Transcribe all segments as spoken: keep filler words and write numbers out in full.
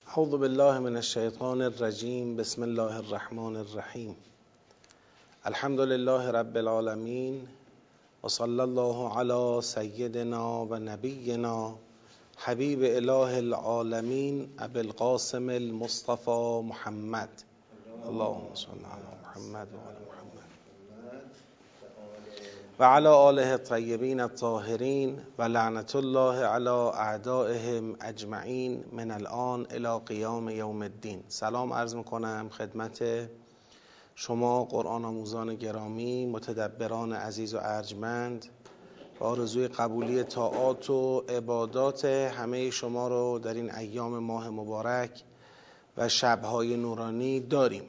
اعوذ بالله من الشیطان الرجیم. بسم الله الرحمن الرحیم. الحمد لله رب العالمین و صلی الله علی سیدنا و نبینا حبیب اله العالمین ابی القاسم المصطفى محمد. اللهم صل علی محمد و علی محمد و علی آله الطیبین الطاهرین و لعنت الله علی اعدائهم اجمعین من الان الی قیام یوم الدین. سلام عرض میکنم خدمت شما قرآن آموزان گرامی، متدبران عزیز و ارجمند، با آرزوی قبولی طاعات و عبادات همه شما رو در این ایام ماه مبارک و شبهای نورانی داریم.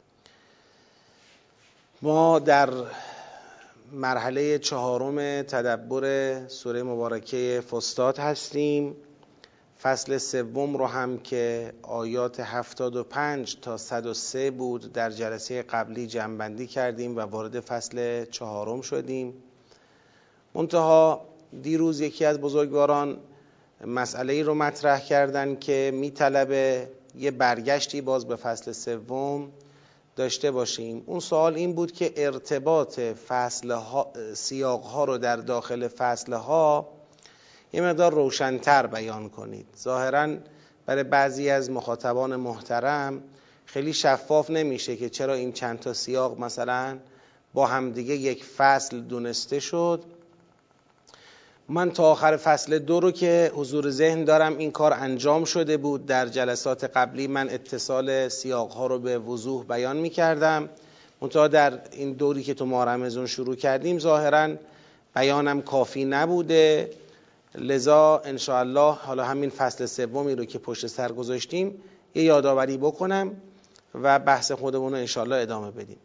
ما در مرحله چهارم تدبر سوره مبارکه فستاد هستیم. فصل سوم رو هم که آیات هفتاد و پنج تا صد و سه بود در جلسه قبلی جمع‌بندی کردیم و وارد فصل چهارم شدیم. منتها دیروز یکی از بزرگواران مسئله رو مطرح کردن که میطلبه یه برگشتی باز به فصل سوم داشته باشیم. اون سوال این بود که ارتباط فصلها، سیاقها رو در داخل فصلها یه مقدار روشن‌تر بیان کنید. ظاهراً برای بعضی از مخاطبان محترم خیلی شفاف نمیشه که چرا این چند تا سیاق مثلا با همدیگه یک فصل دونسته شد. من تا آخر فصل دو رو که حضور ذهن دارم این کار انجام شده بود. در جلسات قبلی من اتصال سیاقها رو به وضوح بیان می کردم. منتها در این دوری که تو ماه رمضان شروع کردیم ظاهراً بیانم کافی نبوده، لذا انشاءالله حالا همین فصل سومی رو که پشت سر گذاشتیم یه یادآوری بکنم و بحث خودمون رو انشاءالله ادامه بدیم.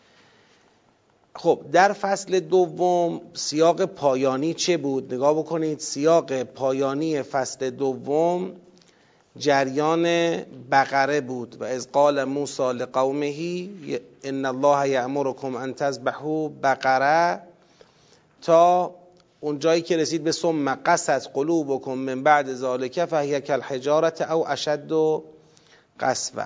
خب در فصل دوم سیاق پایانی چه بود؟ نگاه بکنید. سیاق پایانی فصل دوم جریان بقره بود. و اذ قال موسی لقومه ان الله یأمرکم ان تذبحوا بقره، تا اون جایی که رسید به ثم قست قلوبکم من بعد ذلک فهی کالحجارة او اشد قسوة.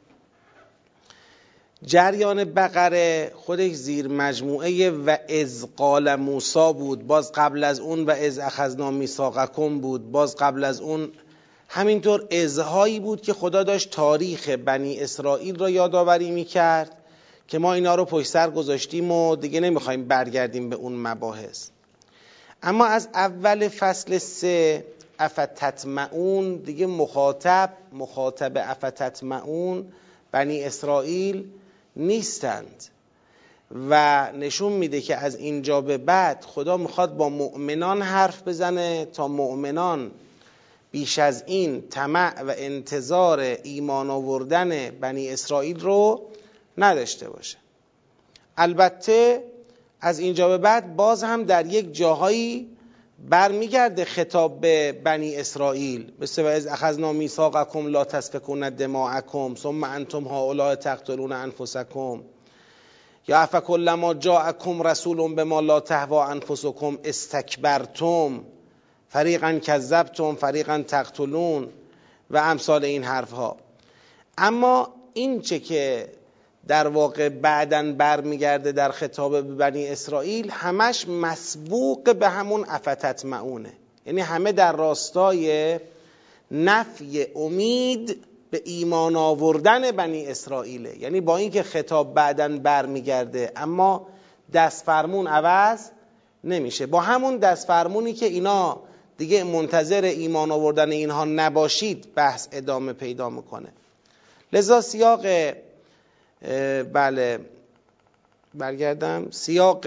جریان بقره خودش زیر مجموعه و اذ قال موسی بود، باز قبل از اون و اذ اخذنا میثاقکم بود، باز قبل از اون همینطور اذهایی بود که خدا داشت تاریخ بنی اسرائیل را یادآوری میکرد که ما اینا رو پشت سر گذاشتیم و دیگه نمیخوایم برگردیم به اون مباحث. اما از اول فصل سه افتطمعون دیگه مخاطب مخاطب افتطمعون بنی اسرائیل نیستند و نشون میده که از اینجا به بعد خدا میخواد با مؤمنان حرف بزنه تا مؤمنان بیش از این طمع و انتظار ایمان آوردن بنی اسرائیل رو نداشته باشه. البته از اینجا به بعد باز هم در یک جاهایی برمیگرده خطاب به بنی اسرائیل، مثل و اذ اخذنا میثاقکم لا تسفکون دماءکم ثم انتم هؤلاء تقتلون انفسکم یا افکلما جاءکم رسول بما لا تهوی انفسکم استکبرتم فریقا کذبتم فریقا تقتلون و امثال این حرف ها. اما این چه که در واقع بعداً برمیگرده در خطاب به بنی اسرائیل همش مسبوق به همون افتطمعونه، یعنی همه در راستای نفی امید به ایمان آوردن بنی اسرائیله. یعنی با اینکه خطاب بعداً برمیگرده اما دست فرمون عوض نمیشه، با همون دست فرمونی که اینا دیگه منتظر ایمان آوردن اینها نباشید بحث ادامه پیدا میکنه. لذا سیاق بله برگردم سیاق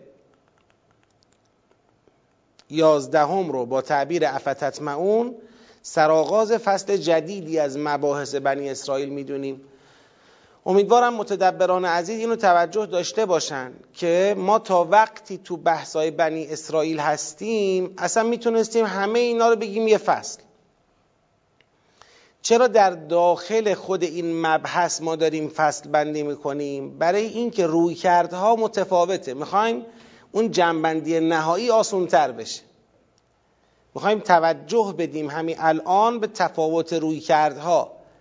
یازدهم رو با تعبیر افتطمعون سرآغاز فصل جدیدی از مباحث بنی اسرائیل میدونیم. امیدوارم متدبران عزیز اینو توجه داشته باشن که ما تا وقتی تو بحثای بنی اسرائیل هستیم اصلا میتونستیم همه اینا رو بگیم یه فصل. چرا در داخل خود این مبحث ما داریم فصل بندی میکنیم؟ برای اینکه رویکردها متفاوته. میخوایم اون جنبندی نهایی آسان‌تر بشه. میخوایم توجه بدیم همین الان به تفاوت رویکردها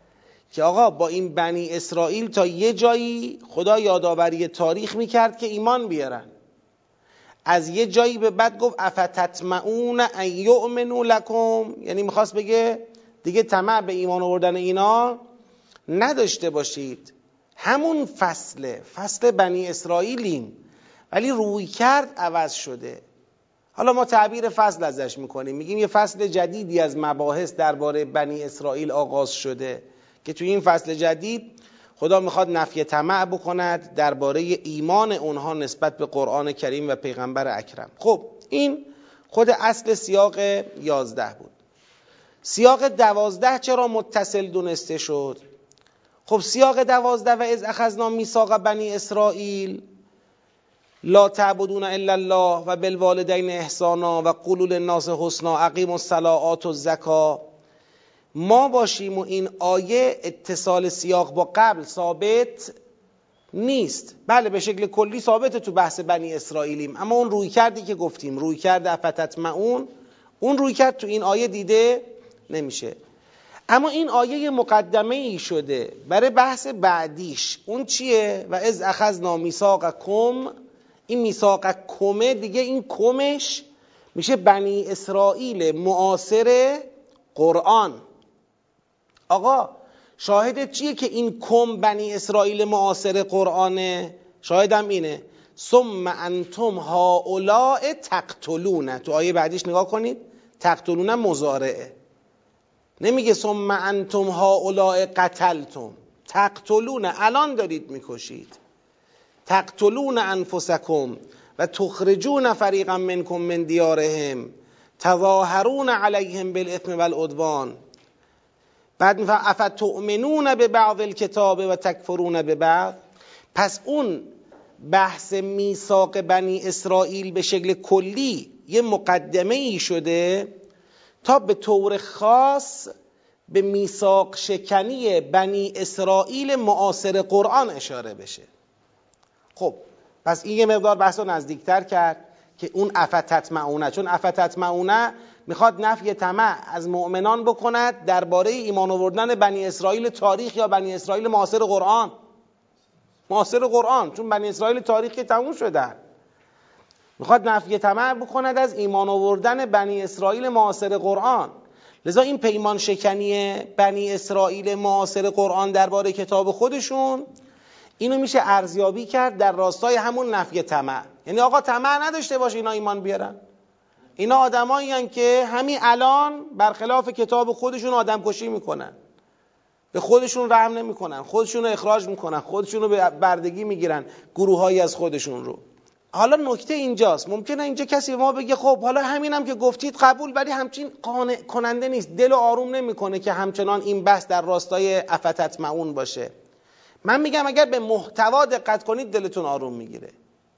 که آقا با این بنی اسرائیل تا یه جایی خدا یادآوری تاریخ میکرد که ایمان بیارن، از یه جایی به بعد گفت افتطمعون ان یؤمنوا لکم، یعنی میخواست بگه دیگه طمع به ایمان آوردن اینا نداشته باشید. همون فصله، فصل بنی اسرائیلیم، ولی روی کرد عوض شده. حالا ما تعبیر فصل ازش میکنیم، میگیم یه فصل جدیدی از مباحث درباره بنی اسرائیل آغاز شده که توی این فصل جدید خدا میخواد نفی طمع بکند درباره ایمان اونها نسبت به قرآن کریم و پیغمبر اکرم. خب این خود اصل سیاق یازده بود. سیاق دوازده چرا متصل دونسته شد؟ خب سیاق دوازده و اذ اخذنا میثاق بنی اسرائیل لا تعبدون الا الله و بالوالدین احسانا و قولوا للناس حسنا اقیموا الصلاة آتوا الزکاة، ما باشیم و این آیه اتصال سیاق با قبل ثابت نیست. بله به شکل کلی ثابته تو بحث بنی اسرائیلیم، اما اون روی کردی که گفتیم، روی کرد افتطمعون، اون روی کرد تو این آیه دیده نمیشه. اما این آیه مقدمه ای شده برای بحث بعدیش. اون چیه؟ و اذ اخذنا میثاقکم. این میثاقکم دیگه، این کمش میشه بنی اسرائیل معاصر قرآن. آقا شاهدت چیه که این کم بنی اسرائیل معاصر قرآنه؟ شاهدم اینه ثم انتم هؤلاء تقتلون. تو آیه بعدیش نگاه کنید، تقتلون مضارعه، نمیگه ثم انتم هؤلاء قتلتم، تقتلون الان دارید میکشید، تقتلون انفسکم و تخرجون فریقا منکم من دیارهم تظاهرون علیهم بالاثم والعدوان. بعد میفهم افتؤمنون ببعض الکتاب و تکفرون ببعض. پس اون بحث میثاق بنی اسرائیل به شکل کلی یه مقدمه ای شده تا به طور خاص به میثاق شکنی بنی اسرائیل معاصر قرآن اشاره بشه. خب پس این یه مقدار بحث رو نزدیکتر کرد که اون افتطمعونه، چون افتطمعونه میخواد نفی طمع از مؤمنان بکند درباره ایمان آوردن بنی اسرائیل تاریخ یا بنی اسرائیل معاصر قرآن. معاصر قرآن، چون بنی اسرائیل تاریخی تموم شدن، میخواد نفی طمع بکند از ایمان آوردن بنی اسرائیل معاصر قرآن. لذا این پیمان شکنی بنی اسرائیل معاصر قرآن درباره کتاب خودشون، اینو میشه ارزیابی کرد در راستای همون نفی طمع. یعنی آقا طمع نداشته باشه اینا ایمان بیارن. اینا آدمایی هستن که همین الان برخلاف کتاب خودشون آدم کشی میکنن، به خودشون رحم نمیکنن، خودشون رو اخراج میکنن، خودشون رو به بردگی میگیرن، گروهایی از خودشون رو. حالا نکته اینجاست، ممکنه اینجا کسی به ما بگه خب حالا همینم که گفتید قبول، ولی همچین قانع کننده نیست، دل و آروم نمیکنه که همچنان این بحث در راستای افتطمعون باشه. من میگم اگر به محتوا دقت کنید دلتون آروم میگیره.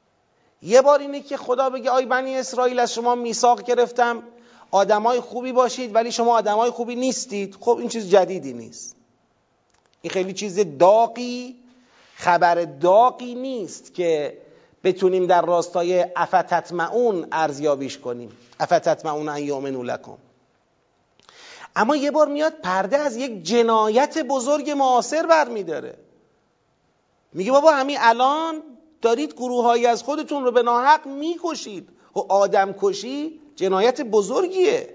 یه بار اینه که خدا بگه آی بنی اسرائیل از شما میثاق گرفتم آدمای خوبی باشید ولی شما آدمای خوبی نیستید. خب این چیز جدیدی نیست، این خیلی چیز داغی، خبر داغی نیست که بتونیم در راستای افتطمعون ارزیابیش کنیم، افتطمعون ان یؤمنوا لکم. اما یه بار میاد پرده از یک جنایت بزرگ معاصر برمیداره، میگه بابا همین الان دارید گروهایی از خودتون رو به ناحق میکشید. و آدم کشی جنایت بزرگیه،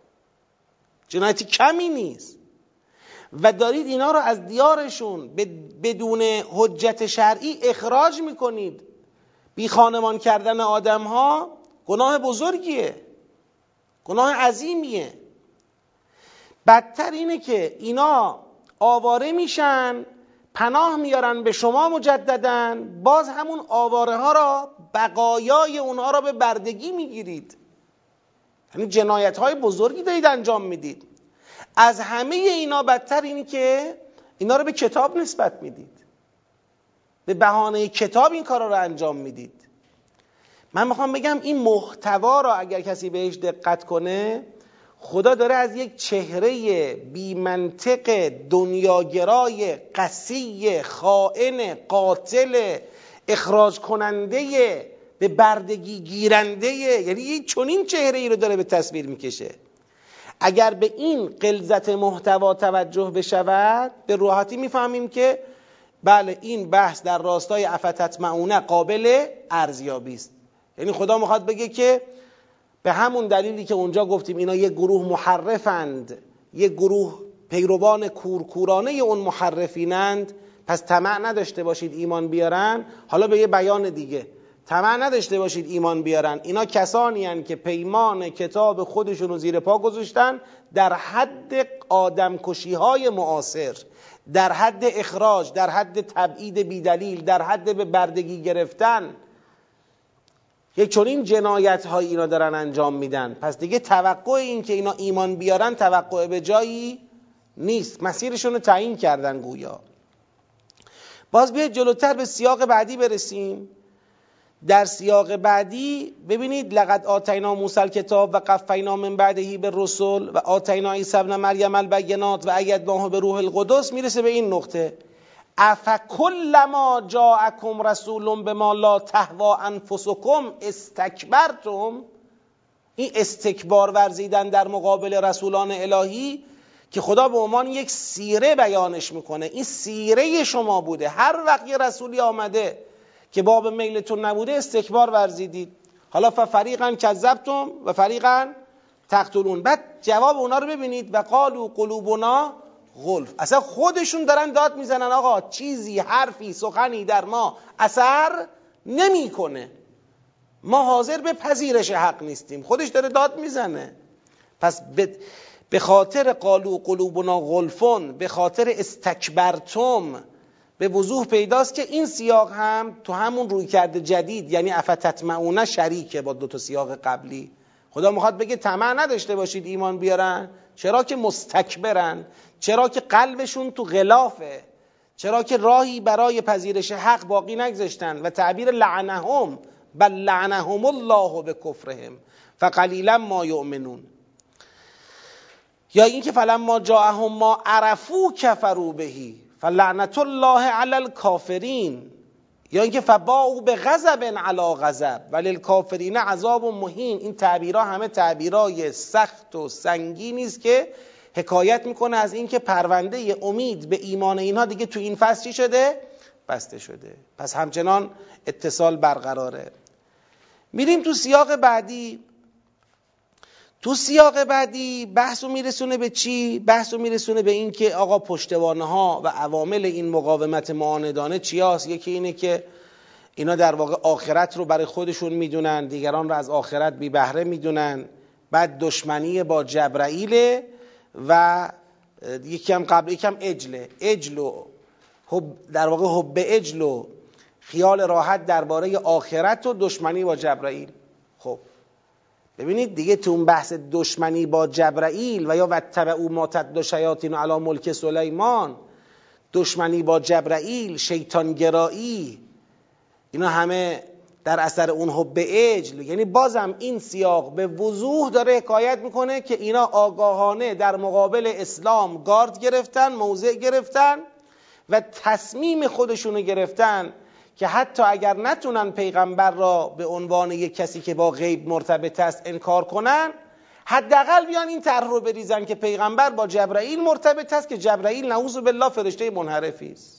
جنایت کمی نیست، و دارید اینا رو از دیارشون بدون حجت شرعی اخراج میکنید. بی خانمان کردن آدم ها گناه بزرگیه، گناه عظیمیه. بدتر اینه که اینا آواره میشن، پناه میارن به شما مجدداً، باز همون آواره ها را، بقایای اونها را به بردگی میگیرید. یعنی جنایت های بزرگی دارید انجام میدید. از همه اینا بدتر اینی که اینا رو به کتاب نسبت میدید، به بهانه کتاب این کارا رو انجام میدید. من میخوام بگم این محتوا را اگر کسی بهش دقت کنه، خدا داره از یک چهره بی منطق دنیاگرای قسی، خائن، قاتل، اخراج کننده، به بردگی گیرنده، یعنی یک چنین چهره ای رو داره به تصویر میکشه. اگر به این غلظت محتوا توجه بشود به راحتی میفهمیم که بله این بحث در راستای افتطمعون قابل ارزیابی است. یعنی خدا میخواد بگه که به همون دلیلی که اونجا گفتیم اینا یک گروه محرفند، یک گروه پیروان کورکورانه اون محرفینند، پس طمع نداشته باشید ایمان بیارن. حالا به یه بیان دیگه، طمع نداشته باشید ایمان بیارن، اینا کسانی هستند که پیمان کتاب خودشون رو زیر پا گذاشتن در حد آدمکشی های معاصر، در حد اخراج، در حد تبعید بیدلیل، در حد به بردگی گرفتن. یک چنین جنایت های اینا دارن انجام میدن. پس دیگه توقع این که اینا ایمان بیارن توقع به جایی نیست، مسیرشون رو تعیین کردن گویا. باز بیاید جلوتر به سیاق بعدی برسیم. در سیاق بعدی ببینید لقد آتینا موسی الکتاب و قفینا من بعده بالرسل و آتینا عیسی ابن مریم البینات و ایدناه بروح القدس، میرسه به این نقطه: افکلما جاءکم رسول بما لا تهوا انفسکم استکبرتم. این استکبار ورزیدن در مقابل رسولان الهی که خدا به عنوان یک سیره بیانش میکنه، این سیره شما بوده. هر وقت یه رسولی آمده که باب میلتون نبوده استکبار ورزیدید. حالا ففریقا کذبتم و فریقا تقتلون. بعد جواب اونا رو ببینید: و قالوا قلوبنا غلف. اصلا خودشون دارن داد میزنن آقا چیزی، حرفی، سخنی در ما اثر نمیکنه، ما حاضر به پذیرش حق نیستیم. خودش داره داد میزنه. پس به خاطر قالوا قلوبنا غلفون، به خاطر استکبرتم، به وضوح پیداست که این سیاق هم تو همون رویکرد جدید یعنی افتطمعون شریکه با دو تا سیاق قبلی. خدا میخواد بگه طمع نداشته باشید ایمان بیارن، چرا که مستکبرن، چرا که قلبشون تو غلافه، چرا که راهی برای پذیرش حق باقی نگذاشتن. و تعبیر لعنهم بل لعنهم الله بکفرهم فقلیلا ما یؤمنون. یا این که فلما جاءهم ما عرفوا کفروا بهی فلعنت الله علی الکافرین. یا اینکه فباءوا بغضب علی غضب وللکافرین عذاب مهین. این تعبیرها همه تعبیرای سخت و سنگینی است که حکایت میکنه از اینکه پرونده امید به ایمان اینها دیگه تو این فصل چی شده؟ بسته شده. پس همچنان اتصال برقراره. میریم تو سیاق بعدی. تو سیاق بعدی بحثو میرسونه به چی؟ بحثو میرسونه به این که آقا پشتوانه ها و عوامل این مقاومت معاندانه چی هست؟ یکی اینه که اینا در واقع آخرت رو برای خودشون میدونن، دیگران رو از آخرت بی بهره میدونن. بعد دشمنی با جبرائیل و یکی هم قبل یکی هم عجله عجل و حب، در واقع حب عجل و خیال راحت درباره آخرت و دشمنی با جبرائیل. خب ببینید دیگه تو اون بحث دشمنی با جبرائیل و یا واتبعوا ما تتلو شیاطین علی ملک سلیمان، دشمنی با جبرائیل، شیطان گرایی، اینا همه در اثر اون حب عجل. یعنی بازم این سیاق به وضوح داره حکایت میکنه که اینا آگاهانه در مقابل اسلام گارد گرفتن، موضع گرفتن و تصمیم خودشونو گرفتن که حتی اگر نتونن پیغمبر را به عنوان یک کسی که با غیب مرتبط است انکار کنن، حداقل بیان این طرح رو بریزن که پیغمبر با جبرائیل مرتبط است که جبرائیل نعوذ بالله فرشته منحرفی است.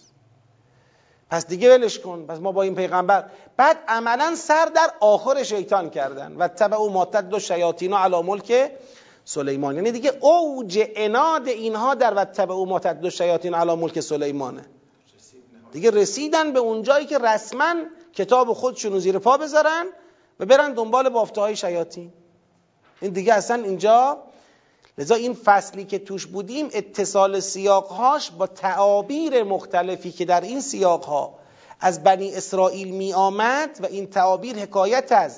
پس دیگه ولش کن، پس ما با این پیغمبر. بعد عملا سر در آخر شیطان کردن و تبعوا ما تتلو شیاطین علی ملک سلیمان. یعنی دیگه اوج عناد اینها در و تبعوا ما تتلو شیاطین علی ملک سلیمانه. دیگه رسیدن به اون جایی که رسما کتاب خودشونو زیر پا بذارن و برن دنبال بافته‌های شیاطین. این دیگه اصلا اینجا، لذا این فصلی که توش بودیم اتصال سیاقهاش با تعابیر مختلفی که در این سیاقها از بنی اسرائیل می آمد و این تعابیر حکایت از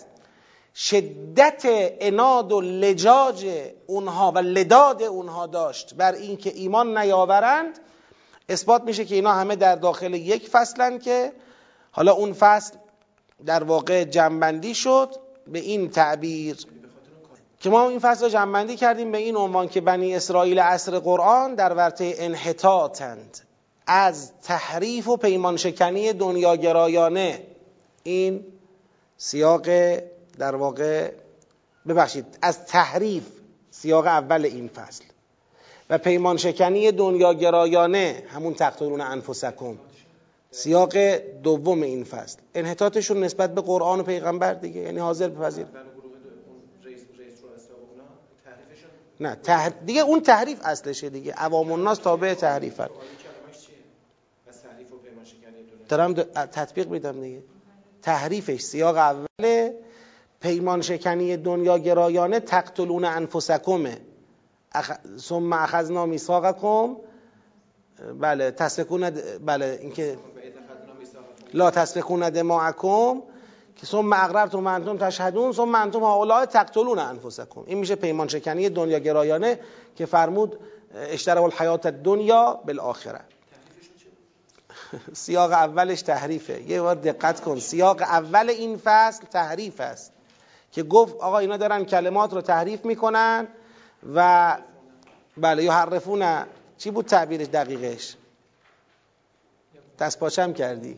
شدت عناد و لجاج اونها و لداد اونها داشت بر این که ایمان نیاورند، اثبات میشه که اینا همه در داخل یک فصلن که حالا اون فصل در واقع جمع‌بندی شد به این تعبیر که ما این فصل رو جمع‌بندی کردیم به این عنوان که بنی اسرائیل عصر قرآن در ورطه انحطاطند از تحریف و پیمان شکنی دنیاگرایانه. این سیاق در واقع ببخشید از تحریف، سیاق اول این فصل. و پیمان شکنی دنیاگرایانه همون تقتلون انفسکم، سیاق دوم این فصل. انحطاطشون نسبت به قرآن و پیغمبر دیگه، یعنی حاضر بپذیر. نه تح... دیگه اون تحریف اصلشه دیگه، عوام الناس تابع تحریفن. دارم تطبیق میدم دیگه. تحریفش سیاق اوله، پیمان شکنی دنیاگرایانه تقتلون انفسکمه، اخ... ثم اخذنا میثاقکم، بله تسفکون د... بله اینکه لا تسفکون دماءکم که ثم اقررتم و انتم تشهدون ثم انتم هؤلاء تقتلون انفسکم. این میشه پیمان شکنی دنیاگرایانه که فرمود اشتروا الحیات الدنیا بالآخره. سیاق اولش تحریفه. یه بار دقت کن، سیاق اول این فصل تحریف است که گفت آقا اینا دارن کلمات رو تحریف میکنن و بله یحرفون، چی بود تعبیرش دقیقش؟ دست پاچم کردی.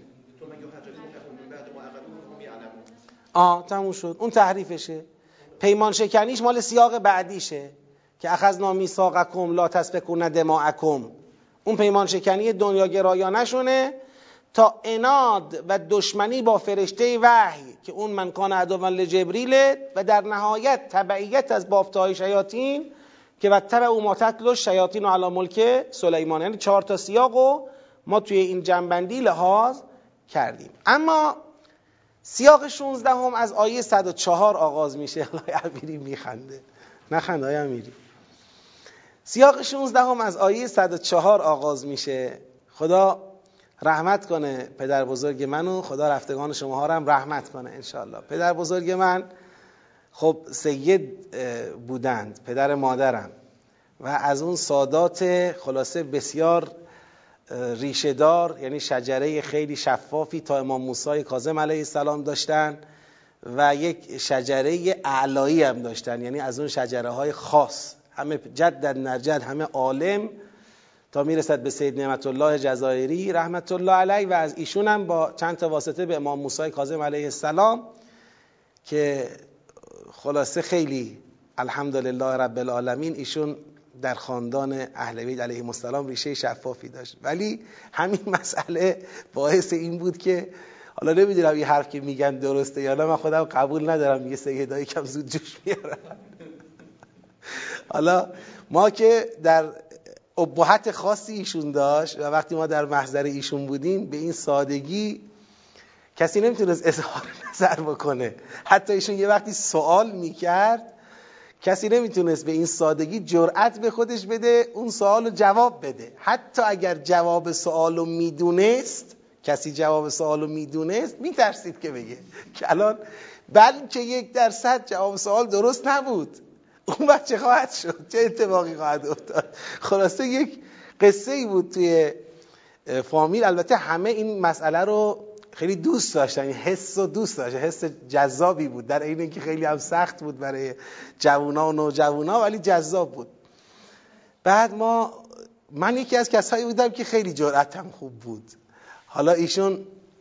آه تموم شد. اون تحریفشه. پیمان شکنیش مال سیاق بعدیشه که اخذنا میثاقکم لا تسفکون دماءکم. اون پیمان شکنی دنیاگرایانه شونه تا عناد و دشمنی با فرشته وحی که اون من کان عدوا لجبریل و در نهایت تبعیت از بافتهای شیاطین که و تبعوا ما تتلو الشیاطین علی ملک سلیمان. یعنی چهار تا سیاقو ما توی این جنبندی لحاظ کردیم. اما سیاق شانزده هم از آیه صد و چهار آغاز میشه. آقای امیری میخنده، نخند آقای امیری. سیاق شانزده هم از آیه صد و چهار آغاز میشه. خدا رحمت کنه پدر بزرگ منو، خدا رفتگان شما ها رو هم رحمت کنه انشاءالله. پدر بزرگ من خب سید بودند، پدر مادرم، و از اون سادات خلاصه بسیار ریشه‌دار، یعنی شجره خیلی شفافی تا امام موسی کاظم علیه السلام داشتن و یک شجره اعلایی هم داشتن، یعنی از اون شجره های خاص، همه جد در نرجد، همه عالم تا میرسد به سید نعمت الله جزایری رحمت الله علیه و از ایشون هم با چند تا واسطه به امام موسی کاظم علیه السلام که خلاصه خیلی الحمدلله رب العالمین ایشون در خاندان اهل بیت علیهم السلام ریشه شفافی داشت. ولی همین مسئله باعث این بود که حالا نمیدونم این حرف که میگن درسته یا نه، من خودم قبول ندارم، میگه سیدایی کم زود جوش میارن. حالا ما که در ابهت خاصی ایشون داشت و وقتی ما در محضر ایشون بودیم به این سادگی کسی نمیتونست اظهار نظر بکنه. حتی ایشون یه وقتی سوال میکرد کسی نمیتونست به این سادگی جرأت به خودش بده اون سوالو جواب بده. حتی اگر جواب سوالو میدونست، کسی جواب سوالو میدونست، میترسید که بگه که الان بلکه یک درصد جواب سوال درست نبود، اون وقت چه خواهد شد، چه اتفاقی خواهد افتاد. خلاصه یک قصه ای بود توی فامیل. البته همه این مسئله رو خیلی دوست داشتن، این حس رو دوست داشتن، حس جذابی بود، در این اینکه خیلی هم سخت بود برای جوونا و نوجوانا، ولی جذاب بود. بعد ما من یکی از کسایی بودم که خیلی جرأتم خوب بود. حالا ایشون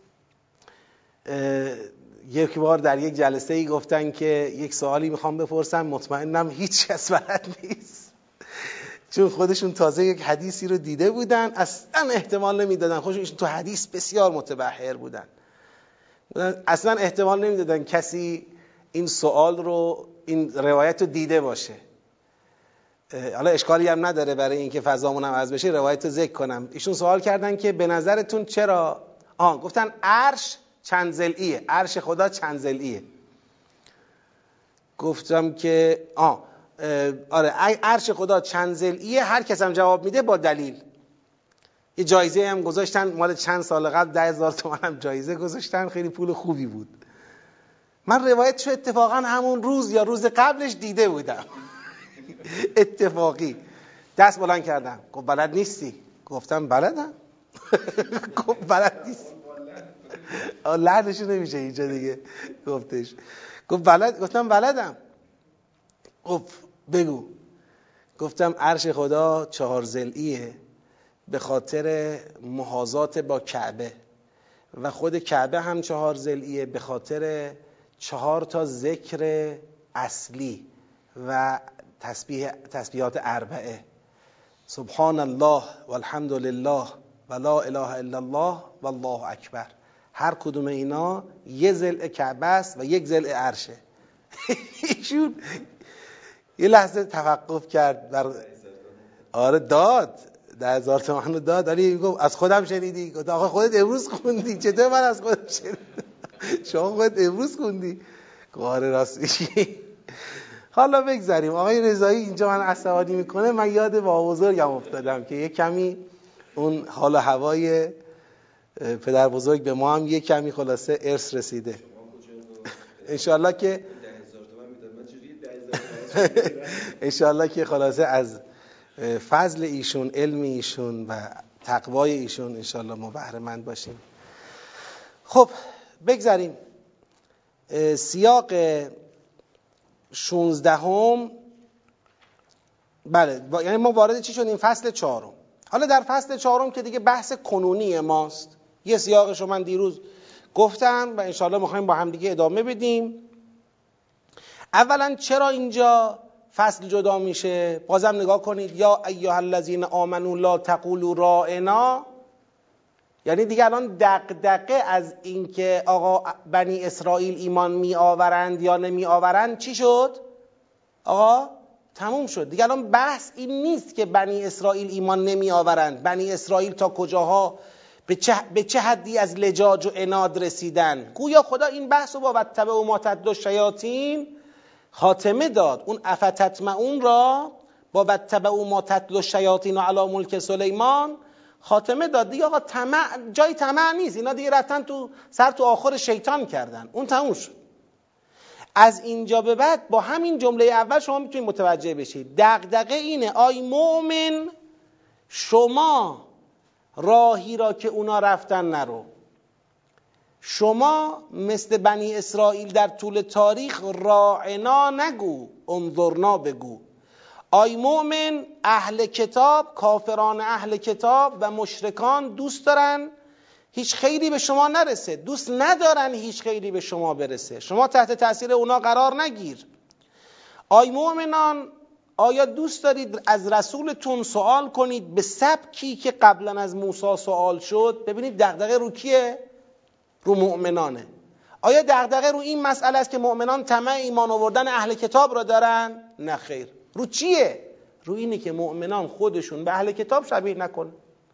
یک بار در یک جلسه ای گفتن که یک سوالی میخوام بپرسم، مطمئنم هیچ کس بلد نیست، چون خودشون تازه یک حدیثی رو دیده بودن، اصلا احتمال نمیدادن، خودشون تو حدیث بسیار متبحر بودن، اصلا احتمال نمیدادن کسی این سوال رو، این روایت رو دیده باشه. حالا اشکالی هم نداره برای اینکه فضامون هم عوض بشه روایت رو ذکر کنم. ایشون سوال کردن که به نظرتون چرا، آه گفتن عرش چند ضلعیه، عرش خدا چند ضلعیه. گفتم که آه آره عرش خدا چند ضلعیه، هر کس هم جواب میده با دلیل. یه جایزه هم گذاشتن، مال چند سال قبل ده هزار تومان هم جایزه گذاشتن، خیلی پول خوبی بود. من روایت شو اتفاقا همون روز یا روز قبلش دیده بودم. اتفاقی دست بلند کردم، گفت بلد نیستی؟ گفتم بلدم. گفت بلد نیستی؟ لعنشو نمیشه اینجا دیگه گفتش. گفت بلد، گفتم بلدم. گفت بگو. گفتم عرش خدا چهار ضلعیه به خاطر محاذات با کعبه و خود کعبه هم چهار ضلعیه به خاطر چهار تا ذکر اصلی و تسبیح تسبیحات اربعه، سبحان الله والحمد لله و لا اله الا الله و الله اکبر. هر کدوم اینا یه ضلع کعبه است و یک ضلع عرشه. ایشون یه لحظه توقف کرد بر آره داد ده هزار تومن رو داد، ولی گفت از خودم شنیدی؟ گفت آقا خودت امروز خوندی، چطور من از خودم شنیدم؟ شما خودت امروز خوندی؟ گفت آره راست میگی. حالا بگذاریم. آقای رضایی اینجا من عصبانی میکنه، من یاد با بزرگم افتادم که یه کمی اون حال و هوای پدر بزرگ به ما هم یه کمی خلاصه ارث رسیده. انشالله که انشالله که خلاصه از فضل ایشون، علم ایشون و تقوای ایشون انشالله ما بهره مند باشیم. خب بگذاریم. سیاق شونزدهم، بله یعنی ما وارد چی شدیم؟ فصل چهارم. حالا در فصل چهارم که دیگه بحث کنونی ماست، یه سیاقشو من دیروز گفتم و انشالله میخوایم با هم دیگه ادامه بدیم. اولا چرا اینجا فصل جدا میشه؟ بازم نگاه کنید، یا ایها الذین آمنوا لا تقولوا راعنا، یعنی دیگه الان دغدغه از اینکه آقا بنی اسرائیل ایمان می آورند یا نمی آورند چی شد؟ آقا تموم شد. دیگه الان بحث این نیست که بنی اسرائیل ایمان نمی آورند، بنی اسرائیل تا کجاها به چه, به چه حدی از لجاج و عناد رسیدن. گویا خدا این بحث رو با واتبعوا ما تتلو الشیاطین خاتمه داد. اون افتطمعون را با واتبعوا ما تتلو الشیاطین علی ملک سلیمان خاتمه داد. دیگه آقا طمع جای طمع نیست، اینا دیگه رفتن تو سر تو آخر شیطان کردن، اون تموم شد. از اینجا به بعد با همین جمله اول شما میتونید متوجه بشید دغدغه اینه آی مؤمن شما راهی را که اونا رفتن نرو، شما مثل بنی اسرائیل در طول تاریخ راعنا نگو، انظرنا بگو. آی مؤمن اهل کتاب، کافران اهل کتاب و مشرکان دوست دارن هیچ خیری به شما نرسه، دوست ندارن هیچ خیری به شما برسه، شما تحت تاثیر اونا قرار نگیر. آی مؤمنان آیا دوست دارید از رسولتون سوال کنید به سبکی که قبلا از موسی سوال شد؟ ببینید دغدغه رو کیه؟ رو مؤمنانه. آیا دغدغه رو این مسئله است که مؤمنان طمع ایمان آوردن اهل کتاب را دارن؟ نه خیر. رو چیه؟ رو اینه که مؤمنان خودشون به اهل کتاب شبیه نکنن.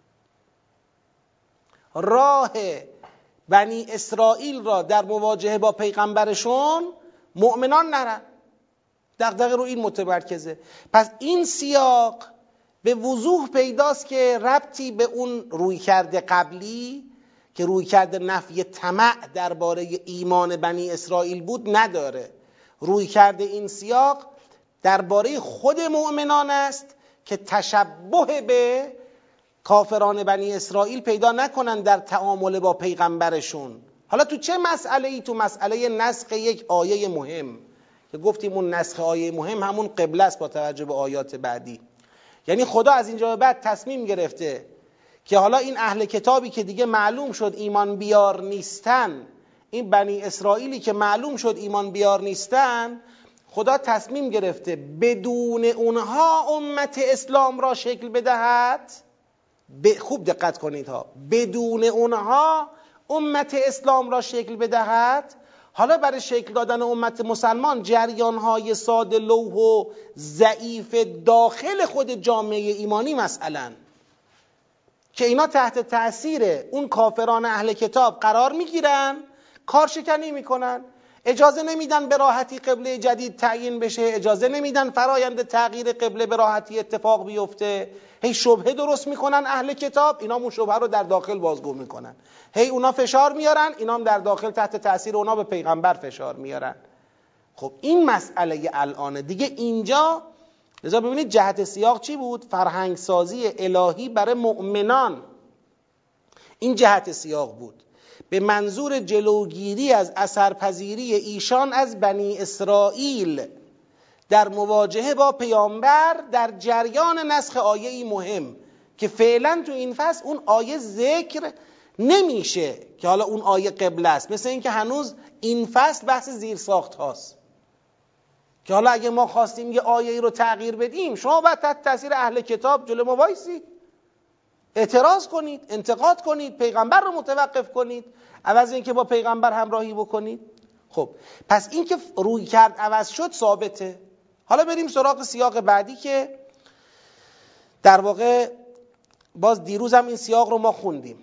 راه بنی اسرائیل را در مواجهه با پیغمبرشون مؤمنان نرن. دغدغه رو این متمرکزه. پس این سیاق به وضوح پیداست که ربطی به اون رویکرد قبلی که رویکرد نفی طمع درباره ایمان بنی اسرائیل بود نداره. رویکرد این سیاق درباره خود مؤمنان است که تشبه به کافران بنی اسرائیل پیدا نکنن در تعامل با پیغمبرشون. حالا تو چه مسئله ای؟ تو مسئله نسخ یک آیه مهم که گفتیم اون نسخ آیه مهم همون قبله است با توجه به آیات بعدی. یعنی خدا از اینجا به بعد تصمیم گرفته که حالا این اهل کتابی که دیگه معلوم شد ایمان بیار نیستن، این بنی اسرائیلی که معلوم شد ایمان بیار نیستن، خدا تصمیم گرفته بدون اونها امت اسلام را شکل بدهد. ب... خوب دقت کنید ها، بدون اونها امت اسلام را شکل بدهد. حالا برای شکل دادن امت مسلمان جریانهای ساده لوح و ضعیف داخل خود جامعه ایمانی مثلا که اینا تحت تأثیر اون کافران اهل کتاب قرار میگیرن، کارشکنی میکنن، اجازه نمیدن به راحتی قبله جدید تعیین بشه، اجازه نمیدن فرایند تغییر قبله به راحتی اتفاق بیفته، هی شبهه درست میکنن اهل کتاب، اینا اون شبهه رو در داخل بازگو میکنن، هی اونا فشار میارن، اینا هم در داخل تحت تأثیر اونا به پیغمبر فشار میارن. خب این مسئله الانه دیگه اینجا. لذا ببینید جهت سیاق چی بود؟ فرهنگ سازی الهی برای مؤمنان. این جهت سیاق بود به منظور جلوگیری از اثرپذیری ایشان از بنی اسرائیل در مواجهه با پیامبر در جریان نسخ آیه‌ای مهم که فعلا تو این فصل اون آیه ذکر نمیشه که حالا اون آیه قبله است. مثل این که هنوز این فصل بحث زیر ساخت هاست. که حالا اگه ما خواستیم یه آیه رو تغییر بدیم، شما باید تحت تاثیر اهل کتاب جلو ما وایسید، اعتراض کنید، انتقاد کنید، پیغمبر رو متوقف کنید عوض اینکه با پیغمبر همراهی بکنید. خب پس این که روی کرد عوض شد ثابته. حالا بریم سراغ سیاق بعدی که در واقع باز دیروز هم این سیاق رو ما خوندیم.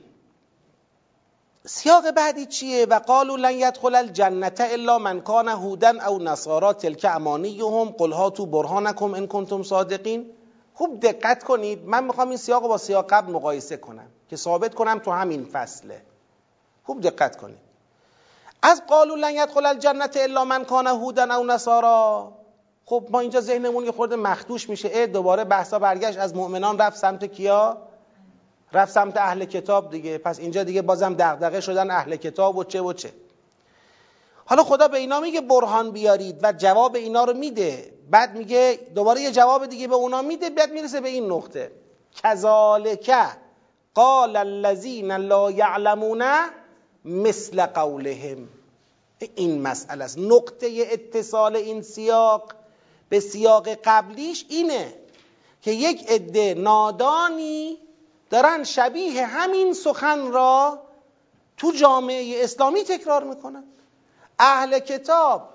سیاق بعدی چیه؟ و قالوا لن يدخل الجنة الا من كان هودا او نصارا تلك امانیهم قل هاتوا برهانکم ان کنتم صادقین. خوب دقت کنید، من میخوام این سیاق رو با سیاق قبل مقایسه کنم که ثابت کنم تو همین فصله. خوب دقت کنید. از قالوا لن يدخل الجنة الا من كان هودا او نصارا، خب ما اینجا ذهنمون یه خورده مخدوش میشه. اه دوباره بحثا برگشت، از مؤمنان رفت سمت کیا؟ رفت سمت اهل کتاب دیگه. پس اینجا دیگه بازم دغدغه شدن اهل کتاب و چه و چه. حالا خدا به اینا میگه برهان بیارید و جواب اینا رو میده، بعد میگه دوباره یه جواب دیگه به اونا میده، بعد میرسه به این نقطه کذالک قال الذین لا یعلمون مثل قولهم. این مسئله است. نقطه اتصال این سیاق به سیاق قبلیش اینه که یک عده نادانی دارن شبیه همین سخن را تو جامعه اسلامی تکرار میکنن. اهل کتاب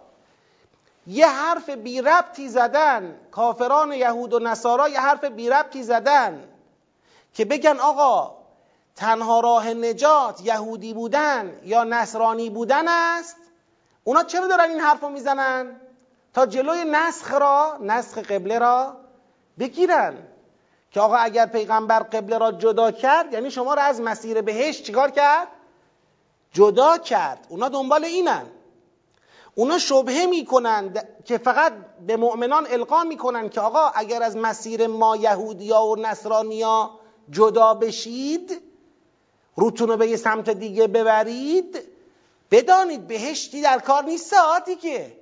یه حرف بی ربطی زدن، کافران یهود و نصارا یه حرف بی ربطی زدن که بگن آقا تنها راه نجات یهودی بودن یا نصرانی بودن است. اونا چرا دارن این حرف رو میزنن؟ تا جلوی نسخ را، نسخ قبله را بگیرن که آقا اگر پیغمبر قبله را جدا کرد یعنی شما را از مسیر بهشت چیکار کرد؟ جدا کرد. اونا دنبال اینن. اونا شبهه میکنن که فقط به مؤمنان القا میکنن که آقا اگر از مسیر ما یهودیا و نصرانیا جدا بشید، روتون رو به یه سمت دیگه ببرید، بدانید بهشتی در کار نیست. ساعتی که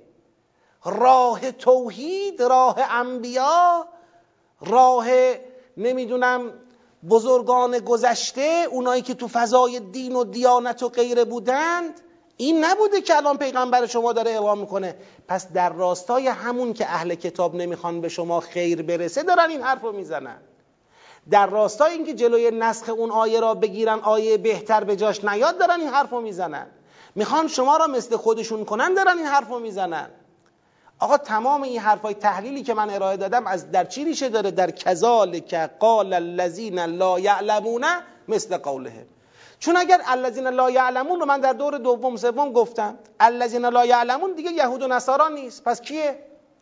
راه توحید، راه انبیا، راه نمیدونم بزرگان گذشته، اونایی که تو فضای دین و دیانت و غیره بودند، این نبوده که الان پیغمبر شما داره اعلام میکنه. پس در راستای همون که اهل کتاب نمیخوان به شما خیر برسه دارن این حرف رو میزنن. در راستای اینکه جلوی نسخ اون آیه را بگیرن، آیه بهتر به جاش نیاد، دارن این حرف رو میزنن. میخوان شما را مثل خودشون کنن، دارن این حرف رو میزنن. آقا تمام این حرفای تحلیلی که من ارائه دادم از در چی ریشه داره؟ در کذالک قال الذین لا یعلمون مثل قولهم. چون اگر الذین لا یعلمون رو من در دور دوم سوم گفتم، الذین لا یعلمون دیگه یهود و نصارا نیست. پس کیه؟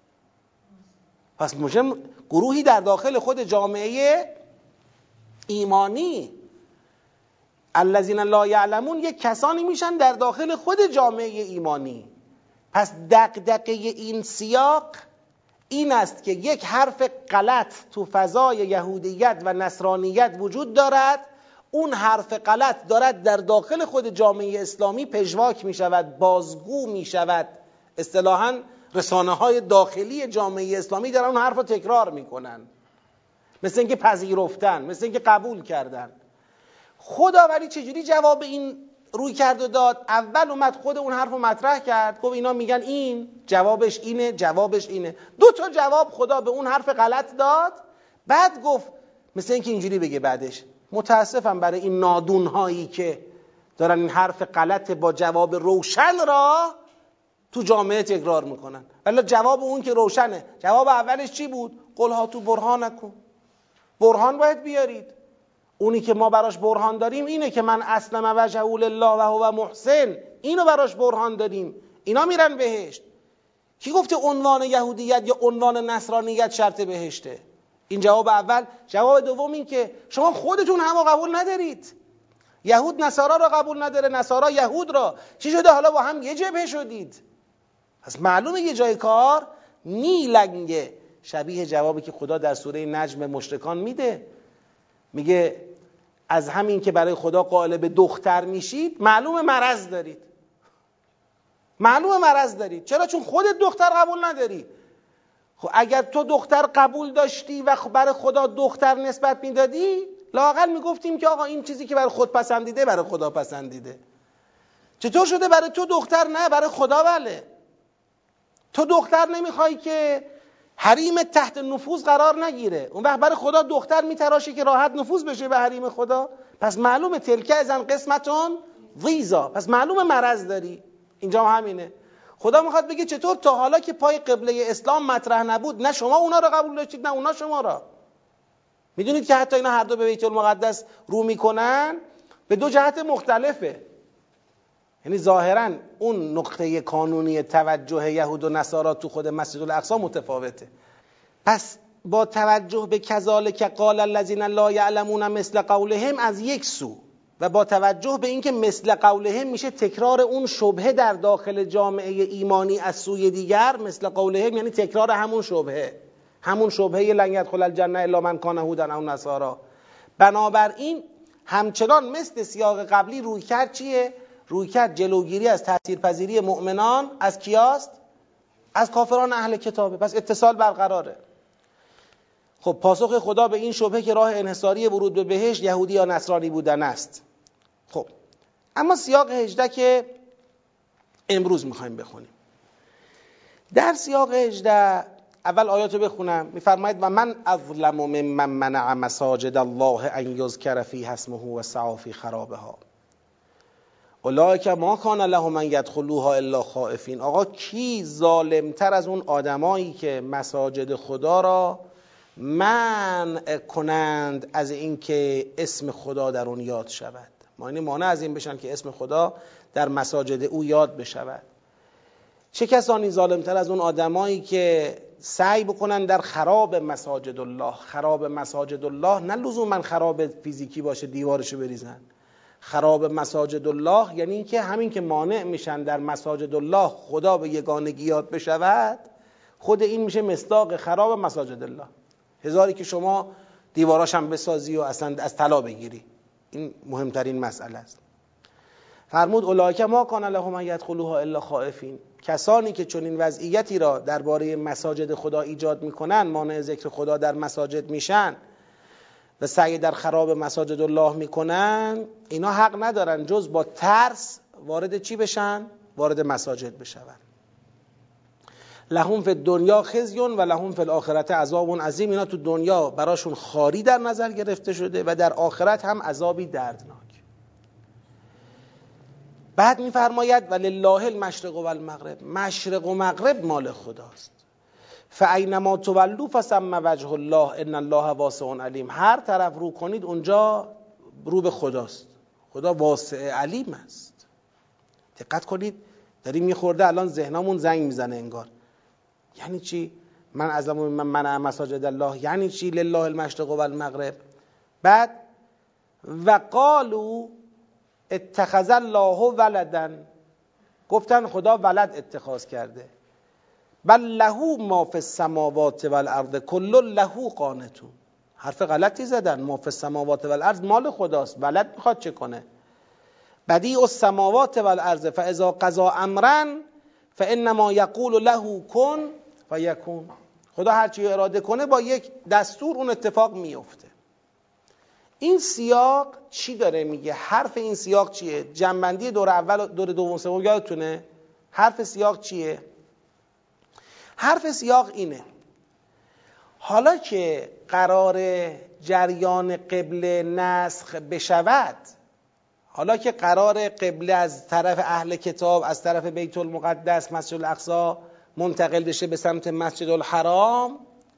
پس مجرم گروهی در داخل خود جامعه ایمانی. الذین لا یعلمون یک کسانی میشن در داخل خود جامعه ایمانی. پس دغدغه این سیاق این است که یک حرف غلط تو فضای یهودیت و نصرانیت وجود دارد، اون حرف غلط دارد در داخل خود جامعه اسلامی پژواک می شود، بازگو می شود. اصطلاحاً رسانه های داخلی جامعه اسلامی دارن اون حرف رو تکرار می کنن، مثل اینکه پذیرفتن، مثل اینکه قبول کردن. خدا ولی چجوری جواب این روی کرد و داد؟ اول اومد خود اون حرف رو مطرح کرد، گفت اینا میگن این، جوابش اینه، جوابش اینه. دو تا جواب خدا به اون حرف غلط داد. بعد گفت مثل اینکه اینجوری بگه بعدش متاسفم برای این نادون هایی که دارن این حرف غلط با جواب روشن را تو جامعه تکرار میکنن. ولی جواب اون که روشنه، جواب اولش چی بود؟ قل هاتوا برهانکم. برهان باید بیارید. اونی که ما براش برهان داریم اینه که من اسلم وجهه لله و هو محسن، اینو براش برهان داریم، اینا میرن بهشت. کی گفته عنوان یهودیت یا عنوان نصرانیت شرط بهشته؟ این جواب اول. جواب دوم این که شما خودتون هم قبول ندارید، یهود نصارا را قبول نداره، نصارا یهود را. چی شده حالا با هم یه جبهه شدید؟ پس معلومه یه جای کار میلنگه. شبیه جوابی که خدا در سوره نجم مشرکان میده، میگه از همین که برای خدا قائل به دختر میشید معلومه مرض دارید. معلومه مرض دارید. چرا؟ چون خودت دختر قبول نداری. خب اگر تو دختر قبول داشتی و برای خدا دختر نسبت میدادی، لااقل میگفتیم که آقا این چیزی که برای خود پسندیده برای خدا پسندیده. چطور شده برای تو دختر نه، برای خدا بله؟ تو دختر نمیخوای که حریم تحت نفوذ قرار نگیره، اون وقت برای خدا دختر میتراشی که راحت نفوذ بشه به حریم خدا. پس معلومه تلک ازن قسمتون ضیزا، پس معلومه مرض داری. اینجا هم همینه. خدا میخواد بگه چطور تا حالا که پای قبله اسلام مطرح نبود، نه شما اونا رو قبول داشتید نه اونا شما را. میدونید که حتی اینا هر دو به بیت المقدس رو میکنن به دو جهت مختلفه. یعنی ظاهرا اون نقطه کانونی توجه یهود و نصارا تو خود مسجد الاقصی متفاوته. پس با توجه به کذالک قال الذین لا یعلمون مثل قولهم از یک سو، و با توجه به اینکه مثل قولهم میشه تکرار اون شبهه در داخل جامعه ایمانی از سوی دیگر، مثل قولهم یعنی تکرار همون شبهه، همون شبهه لن یدخل الجنه الا من کان هودا او نصارا. بنابراین همچنان مثل سیاق قبلی روی کرد چیه؟ روی کرد جلوگیری از تاثیرپذیری مؤمنان از کیاست؟ از کافران اهل کتابه. پس اتصال برقراره. خب پاسخ خدا به این شبهه که راه انحصاری ورود به بهشت یهودی یا نصرانی بودن است. خب اما سیاق هجده که امروز میخوایم بخونیم، در سیاق هجده اول آیاتو بخونم. میفرماید و من اظلم ممن منع مساجد الله ان یذکر فیها اسمه و سعی فی خرابها اولئک ما کان لهم ان یدخلوها الا خائفین. آقا کی ظالمتر از اون آدمایی که مساجد خدا را منع کنند از اینکه اسم خدا در اون یاد شود، معنی مانع از این بشن که اسم خدا در مساجد او یاد بشود. چه کسانی ظالمتر از اون آدمایی که سعی بکنن در خراب مساجد الله. خراب مساجد الله نه لزوما خراب فیزیکی باشه دیوارشو بریزن. خراب مساجد الله یعنی این که همین که مانع میشن در مساجد الله خدا به یگانگی یاد بشود، خود این میشه مصداق خراب مساجد الله. هزاری که شما دیواراش هم بسازی و اصلا از طلا بگیری، این مهمترین مسئله است. فرمود اولئک ما کان لهم ان یدخلوها الا خائفین. کسانی که چنین وضعیتی را درباره مساجد خدا ایجاد میکنن، مانع ذکر خدا در مساجد میشن و سعی در خراب مساجد الله میکنن، اینا حق ندارن جز با ترس وارد چی بشن؟ وارد مساجد بشن. لهم فی الدنیا خزی و لهم فی الاخرة عذاب عظیم. اینا تو دنیا براشون خاری در نظر گرفته شده و در آخرت هم عذابی دردناک. بعد میفرماید ولله المشرق و المغرب. مشرق و مغرب مال خداست. فاینما تولوا فثم وجه الله ان الله واسع علیم. هر طرف رو کنید اونجا رو به خداست. خدا واسع علیم است. دقت کنید، داریم میخورده الان ذهنمون زنگ میزنه انگار. یعنی چی؟ من ازلم من منع مساجد الله یعنی چی؟ لله المشرق و المغرب. بعد و قالوا اتخذ الله ولدا. گفتن خدا ولد اتخاذ کرده. بل له ما فی السماوات والارض کل له قانتون. حرف غلطی زدن. ما فی السماوات والارض مال خداست، ولد میخواد چه کنه؟ بدیع السماوات والارض فاذا قضا امرا فانما یقول له کن فیکون. خدا هر چی اراده کنه با یک دستور اون اتفاق میفته. این سیاق چی داره میگه؟ حرف این سیاق چیه؟ جنبندی دور اول دور دوم سوم یادتونه؟ حرف سیاق چیه؟ حرف سیاق اینه: حالا که قرار جریان قبله نسخ بشود، حالا که قرار قبله از طرف اهل کتاب از طرف بیت المقدس مسجد الاقصی منتقل بشه به سمت مسجد الحرام،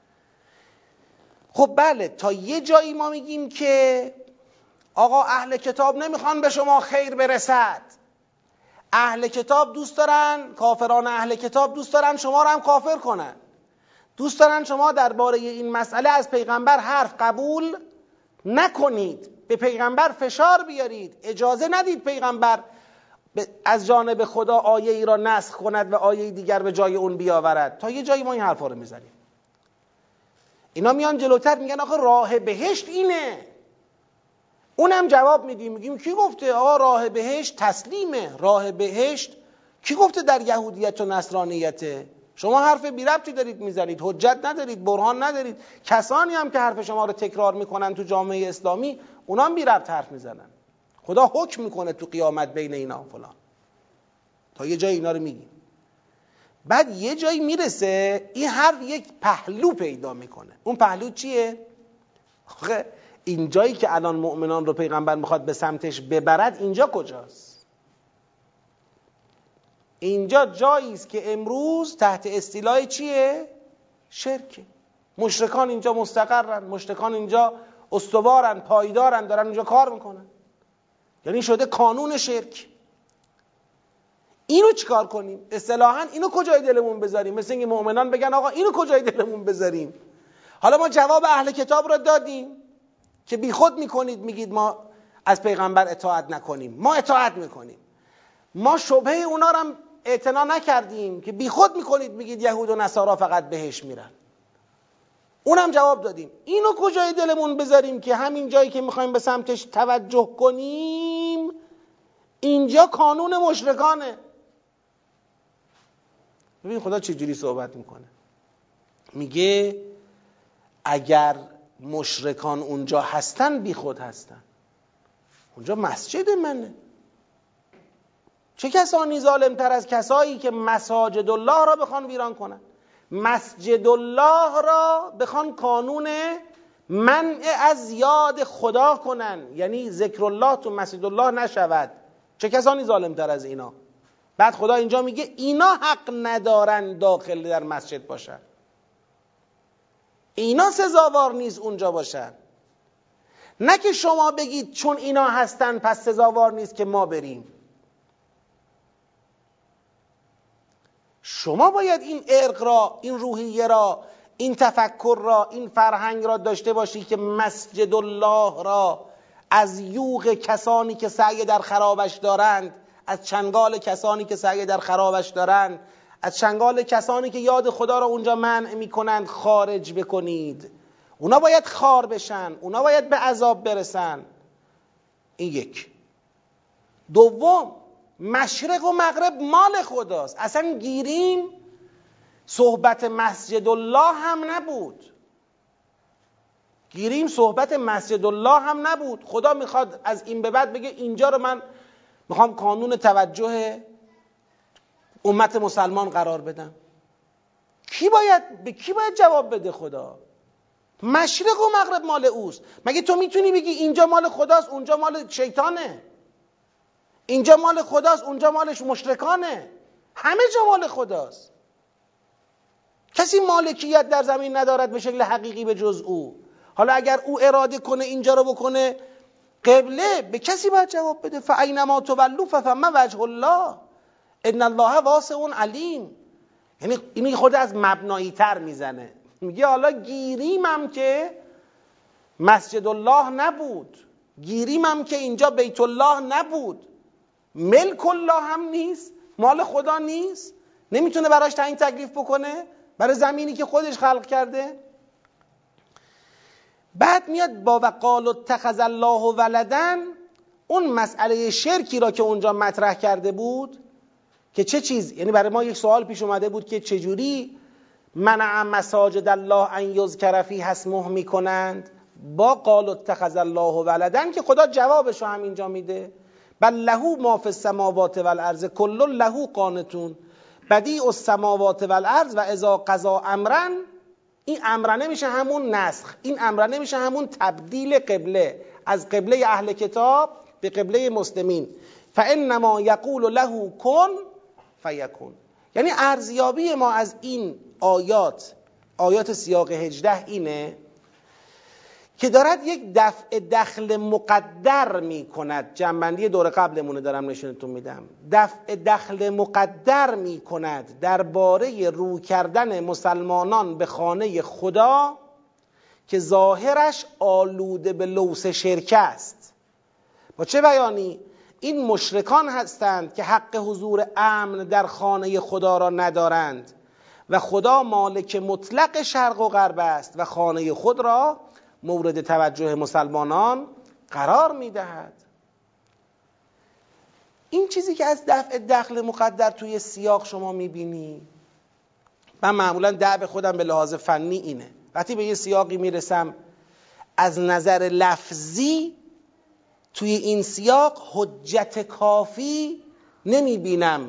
خب بله تا یه جایی ما میگیم که آقا اهل کتاب نمیخوان به شما خیر برسد. اهل کتاب دوست دارن، کافران اهل کتاب دوست دارن شما رو هم کافر کنن. دوست دارن شما درباره این مسئله از پیغمبر حرف قبول نکنید، به پیغمبر فشار بیارید، اجازه ندید پیغمبر از جانب خدا آیه ای را نسخ کند و آیه دیگر به جای اون بیاورد. تا یه جایی ما این حرفا رو میزنیم. اینا میان جلوتر میگن آخه راه بهشت اینه. اونم جواب میدیم، میگیم کی گفته آقا راه بهشت تسلیمه؟ راه بهشت کی گفته در یهودیت و نصرانیته؟ شما حرف بی ربطی دارید میزنید، حجت ندارید، برهان ندارید. کسانی هم که حرف شما رو تکرار میکنن تو جامعه اسلامی، اونا هم بی ربط حرف میزنن. خدا حکم میکنه تو قیامت بین اینا فلان. تا یه جای اینا رو میگیم. بعد یه جایی میرسه این حرف یک پهلو پیدا میکنه. اون پهلو چیه؟ آخه این جایی که الان مؤمنان رو پیغمبر میخواد به سمتش ببرد اینجا کجاست؟ اینجا جایی است که امروز تحت استیلای چیه؟ شرکه. مشرکان اینجا مستقرن، مشرکان اینجا استوارن، پایدارن، دارن اینجا کار میکنن. یعنی شده قانون شرک. اینو چیکار کنیم؟ اصطلاحاً اینو کجای دلمون بذاریم؟ مثل اینکه مؤمنان بگن آقا اینو کجای دلمون بذاریم؟ حالا ما جواب اهل کتاب رو دادیم که بی خود میکنید میگید ما از پیغمبر اطاعت نکنیم. ما اطاعت میکنیم. ما شبهه اونا رو هم اعتنا نکردیم که بی خود میکنید میگید یهود و نصارا فقط بهش میرن. اونم جواب دادیم. اینو کجای دلمون بذاریم که همین جایی که میخوایم به سمتش توجه کنیم اینجا قانون مشرکانه. ببین خدا چجوری صحبت میکنه. میگه اگر مشرکان اونجا هستن بی خود هستن. اونجا مسجد منه. چه کسانی ظالمتر از کسایی که مساجد الله را بخوان ویران کنن؟ مسجد الله را بخوان قانون منع از یاد خدا کنن، یعنی ذکر الله تو مسجد الله نشود. چه کسانی ظالمتر از اینا؟ بعد خدا اینجا میگه اینا حق ندارن داخل در مسجد باشن، اینا سزاوار نیست اونجا باشن. نه که شما بگید چون اینا هستن پس سزاوار نیست که ما بریم. شما باید این ارق را، این روحیه را، این تفکر را، این فرهنگ را داشته باشی که مسجد الله را از یوغ کسانی که سعی در خرابش دارند، از چنگال کسانی که سعی در خرابش دارند، از چنگال کسانی که یاد خدا را اونجا منع میکنند خارج بکنید. اونا باید خار بشن، اونا باید به عذاب برسن. این یک. دوم، مشرق و مغرب مال خداست. اصلا گیریم صحبت مسجد الله هم نبود. گیریم صحبت مسجد الله هم نبود. خدا میخواد از این به بعد بگه اینجا رو من میخوام قانون توجه امت مسلمان قرار بدم. کی باید به کی باید جواب بده خدا؟ مشرق و مغرب مال اوست. مگه تو میتونی بگی اینجا مال خداست اونجا مال شیطانه؟ اینجا مال خداست اونجا مالش مشرکانه؟ همه جا مال خداست. کسی مالکیت در زمین ندارد به شکل حقیقی به جز او. حالا اگر او اراده کنه اینجا رو بکنه قبله، به کسی باید جواب بده. فاینما تولوا فثم وجه الله ان الله واسع علیم. یعنی اینی خود از مبنایی تر میزنه. میگه حالا گیریمم که مسجد الله نبود، گیریمم که اینجا بیت الله نبود، ملک الله هم نیست، مال خدا نیست، نمیتونه براش تعیین تکلیف بکنه برای زمینی که خودش خلق کرده. بعد میاد با وقال اتخذ الله ولدن، اون مسئله شرکی را که اونجا مطرح کرده بود که چه چیز، یعنی برای ما یک سوال پیش اومده بود که چجوری منع مساجد الله ان یذکر فیها اسمه میکنند با قال اتخذ الله ولدن، که خدا جوابش رو همینجا میده. بل له ما فی السماوات والارض کل له قانتون بدیع السماوات والارض و اذا قضا امرا. این امرنه میشه همون نسخ، این امرنه میشه همون تبدیل قبله از قبله اهل کتاب به قبله مسلمین. فانما یقول له کن فیکون. یعنی ارزیابی ما از این آیات، آیات سیاق هجده اینه که دارد یک دفع دخل مقدر می کند. جنبندی دور قبلمونه دارم نشونتون میدم. دفع دخل مقدر می کند درباره رو کردن مسلمانان به خانه خدا که ظاهرش آلوده به لوث شرک است. با چه بیانی؟ این مشرکان هستند که حق حضور امن در خانه خدا را ندارند و خدا مالک مطلق شرق و غرب است و خانه خود را مورد توجه مسلمانان قرار میدهد. این چیزی که از دفع دخل مقدر توی سیاق شما میبینی، من معمولا دعو خودم به لحاظ فنی اینه، وقتی به یه سیاقی میرسم از نظر لفظی توی این سیاق حجت کافی نمیبینم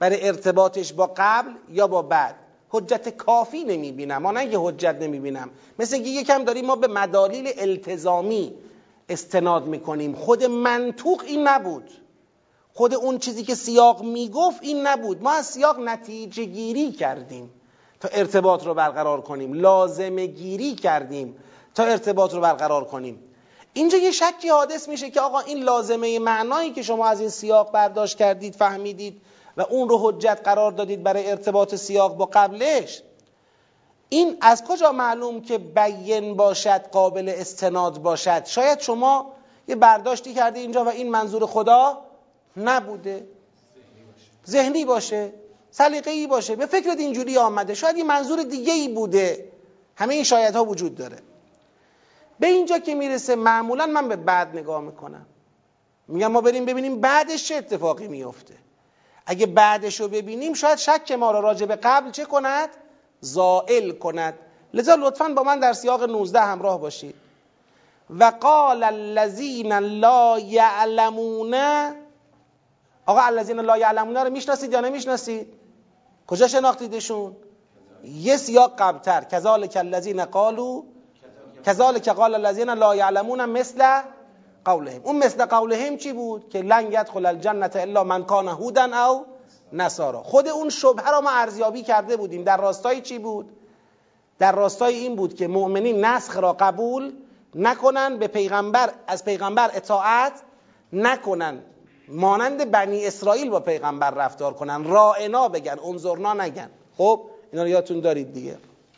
برای ارتباطش با قبل یا با بعد. حجت کافی نمیبینم، ما نه یه حجت نمیبینم، مثل که یکم داریم ما به مدالیل التزامی استناد میکنیم. خود منطوق این نبود، خود اون چیزی که سیاق میگفت این نبود. ما از سیاق نتیجه گیری کردیم تا ارتباط رو برقرار کنیم، لازمه گیری کردیم تا ارتباط رو برقرار کنیم. اینجا یه شکی حادث میشه که آقا این لازمه معنایی که شما از این سیاق برداشت کردید، فهمیدید و اون رو حجت قرار دادید برای ارتباط سیاق با قبلش، این از کجا معلوم که بیان باشد، قابل استناد باشد؟ شاید شما یه برداشتی کرده اینجا و این منظور خدا نبوده، ذهنی باشه، سلیقه‌ای باشه، به فکرت اینجوری آمده، شاید یه منظور دیگه‌ای بوده. همه این شایدها وجود داره. به اینجا که میرسه معمولا من به بعد نگاه میکنم، میگم ما بریم ببینیم بعدش چه اتفاقی میفته. اگه بعدش رو ببینیم شاید شک ما رو راجع به قبل چه کند؟ زائل کند. لذا لطفاً با من در سیاق نوزده همراه باشید. و قال الذین لا یعلمون. آقا الذین لا یعلمون رو میشناسید یا نمیشناسید؟ کجا شناختیدشون؟ یه سیاق قبلتر، کذالک الذین قالوا کذالک قال الذین لا یعلمون مثل قولهم. اون مثل قولهم چی بود؟ که لن یدخل الجنة الا من کان هودا او نصارا. خود اون شبهه را ما ارزیابی کرده بودیم. در راستای چی بود؟ در راستای این بود که مؤمنین نسخ را قبول نکنن، به پیغمبر از پیغمبر اطاعت نکنن، مانند بنی اسرائیل با پیغمبر رفتار کنن، راعنا بگن، انظرنا نگن. خب اینا رو یادتون دارید دیگه.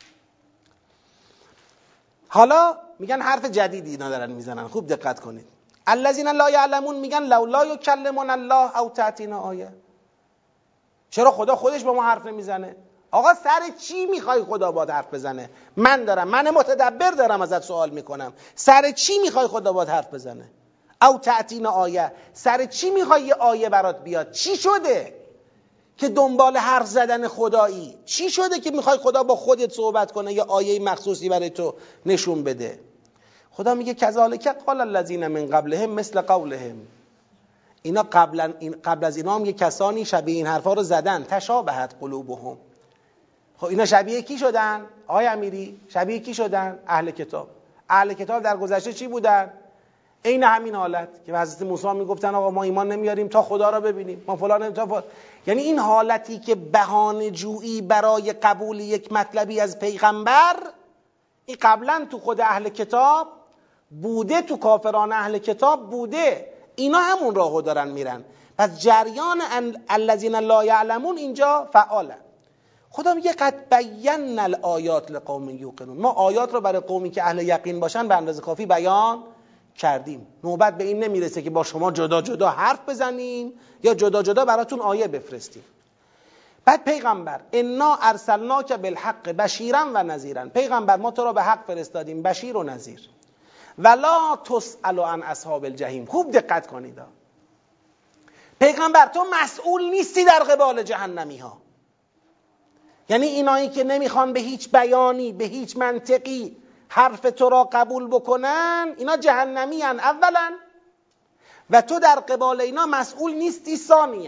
حالا میگن حرف جدیدی اینا دارن میزنن، خوب دقت کنید. الذین لا یعلمون میگن لولا یکلمون الله او تأتینا آیه. چرا خدا خودش با ما حرف نمیزنه؟ آقا سر چی میخوای خدا باهات حرف بزنه؟ من دارم، من متدبر دارم ازت سوال میکنم، سر چی میخوای خدا باهات حرف بزنه؟ او تأتینا آیه، سر چی میخوای یه آیه برات بیاد؟ چی شده که دنبال حرف زدن خدایی؟ چی شده که میخوای خدا با خودت صحبت کنه، یه آیه مخصوصی برای تو نشون بده؟ خدا میگه کذالک قال الذین من قبلهم مثل قولهم. اینا قبلا این قبل از اینا هم یه کسانی شبیه این حرفا رو زدن، تشابهت قلوبهم. خب اینا شبیه کی شدن؟ آقای امیری شبیه کی شدن؟ اهل کتاب. اهل کتاب در گذشته چی بودن؟ عین همین حالت که حضرت موسی میگفتن آقا ما ایمان نمیاریم تا خدا را ببینیم، ما فلان تا فلان. یعنی این حالتی که بهانه جویی برای قبول یک مطلبی از پیغمبر، این قبلا تو خود اهل کتاب بوده، تو کافران اهل کتاب بوده، اینا همون راهو دارن میرن. پس جریان الذین لا یعلمون اینجا فعاله. خدا میگه قد بینا الآیات لقوم یوقنون. ما آیات رو برای قومی که اهل یقین باشن به اندازه کافی بیان کردیم. نوبت به این نمیرسه که با شما جدا جدا حرف بزنیم یا جدا جدا براتون آیه بفرستیم. بعد پیغمبر انا ارسلناک بالحق بشیرا و نذیرا. پیغمبر ما تو را به حق فرستادیم، بشیر و نذیر. ولا تسأل عن اصحاب الجحیم. خوب دقت کنید، پیغمبر تو مسئول نیستی در قبال جهنمی ها. یعنی اینایی که نمیخوان به هیچ بیانی، به هیچ منطقی حرف تو را قبول بکنن، اینا جهنمی هن اولا، و تو در قبال اینا مسئول نیستی ثانیا.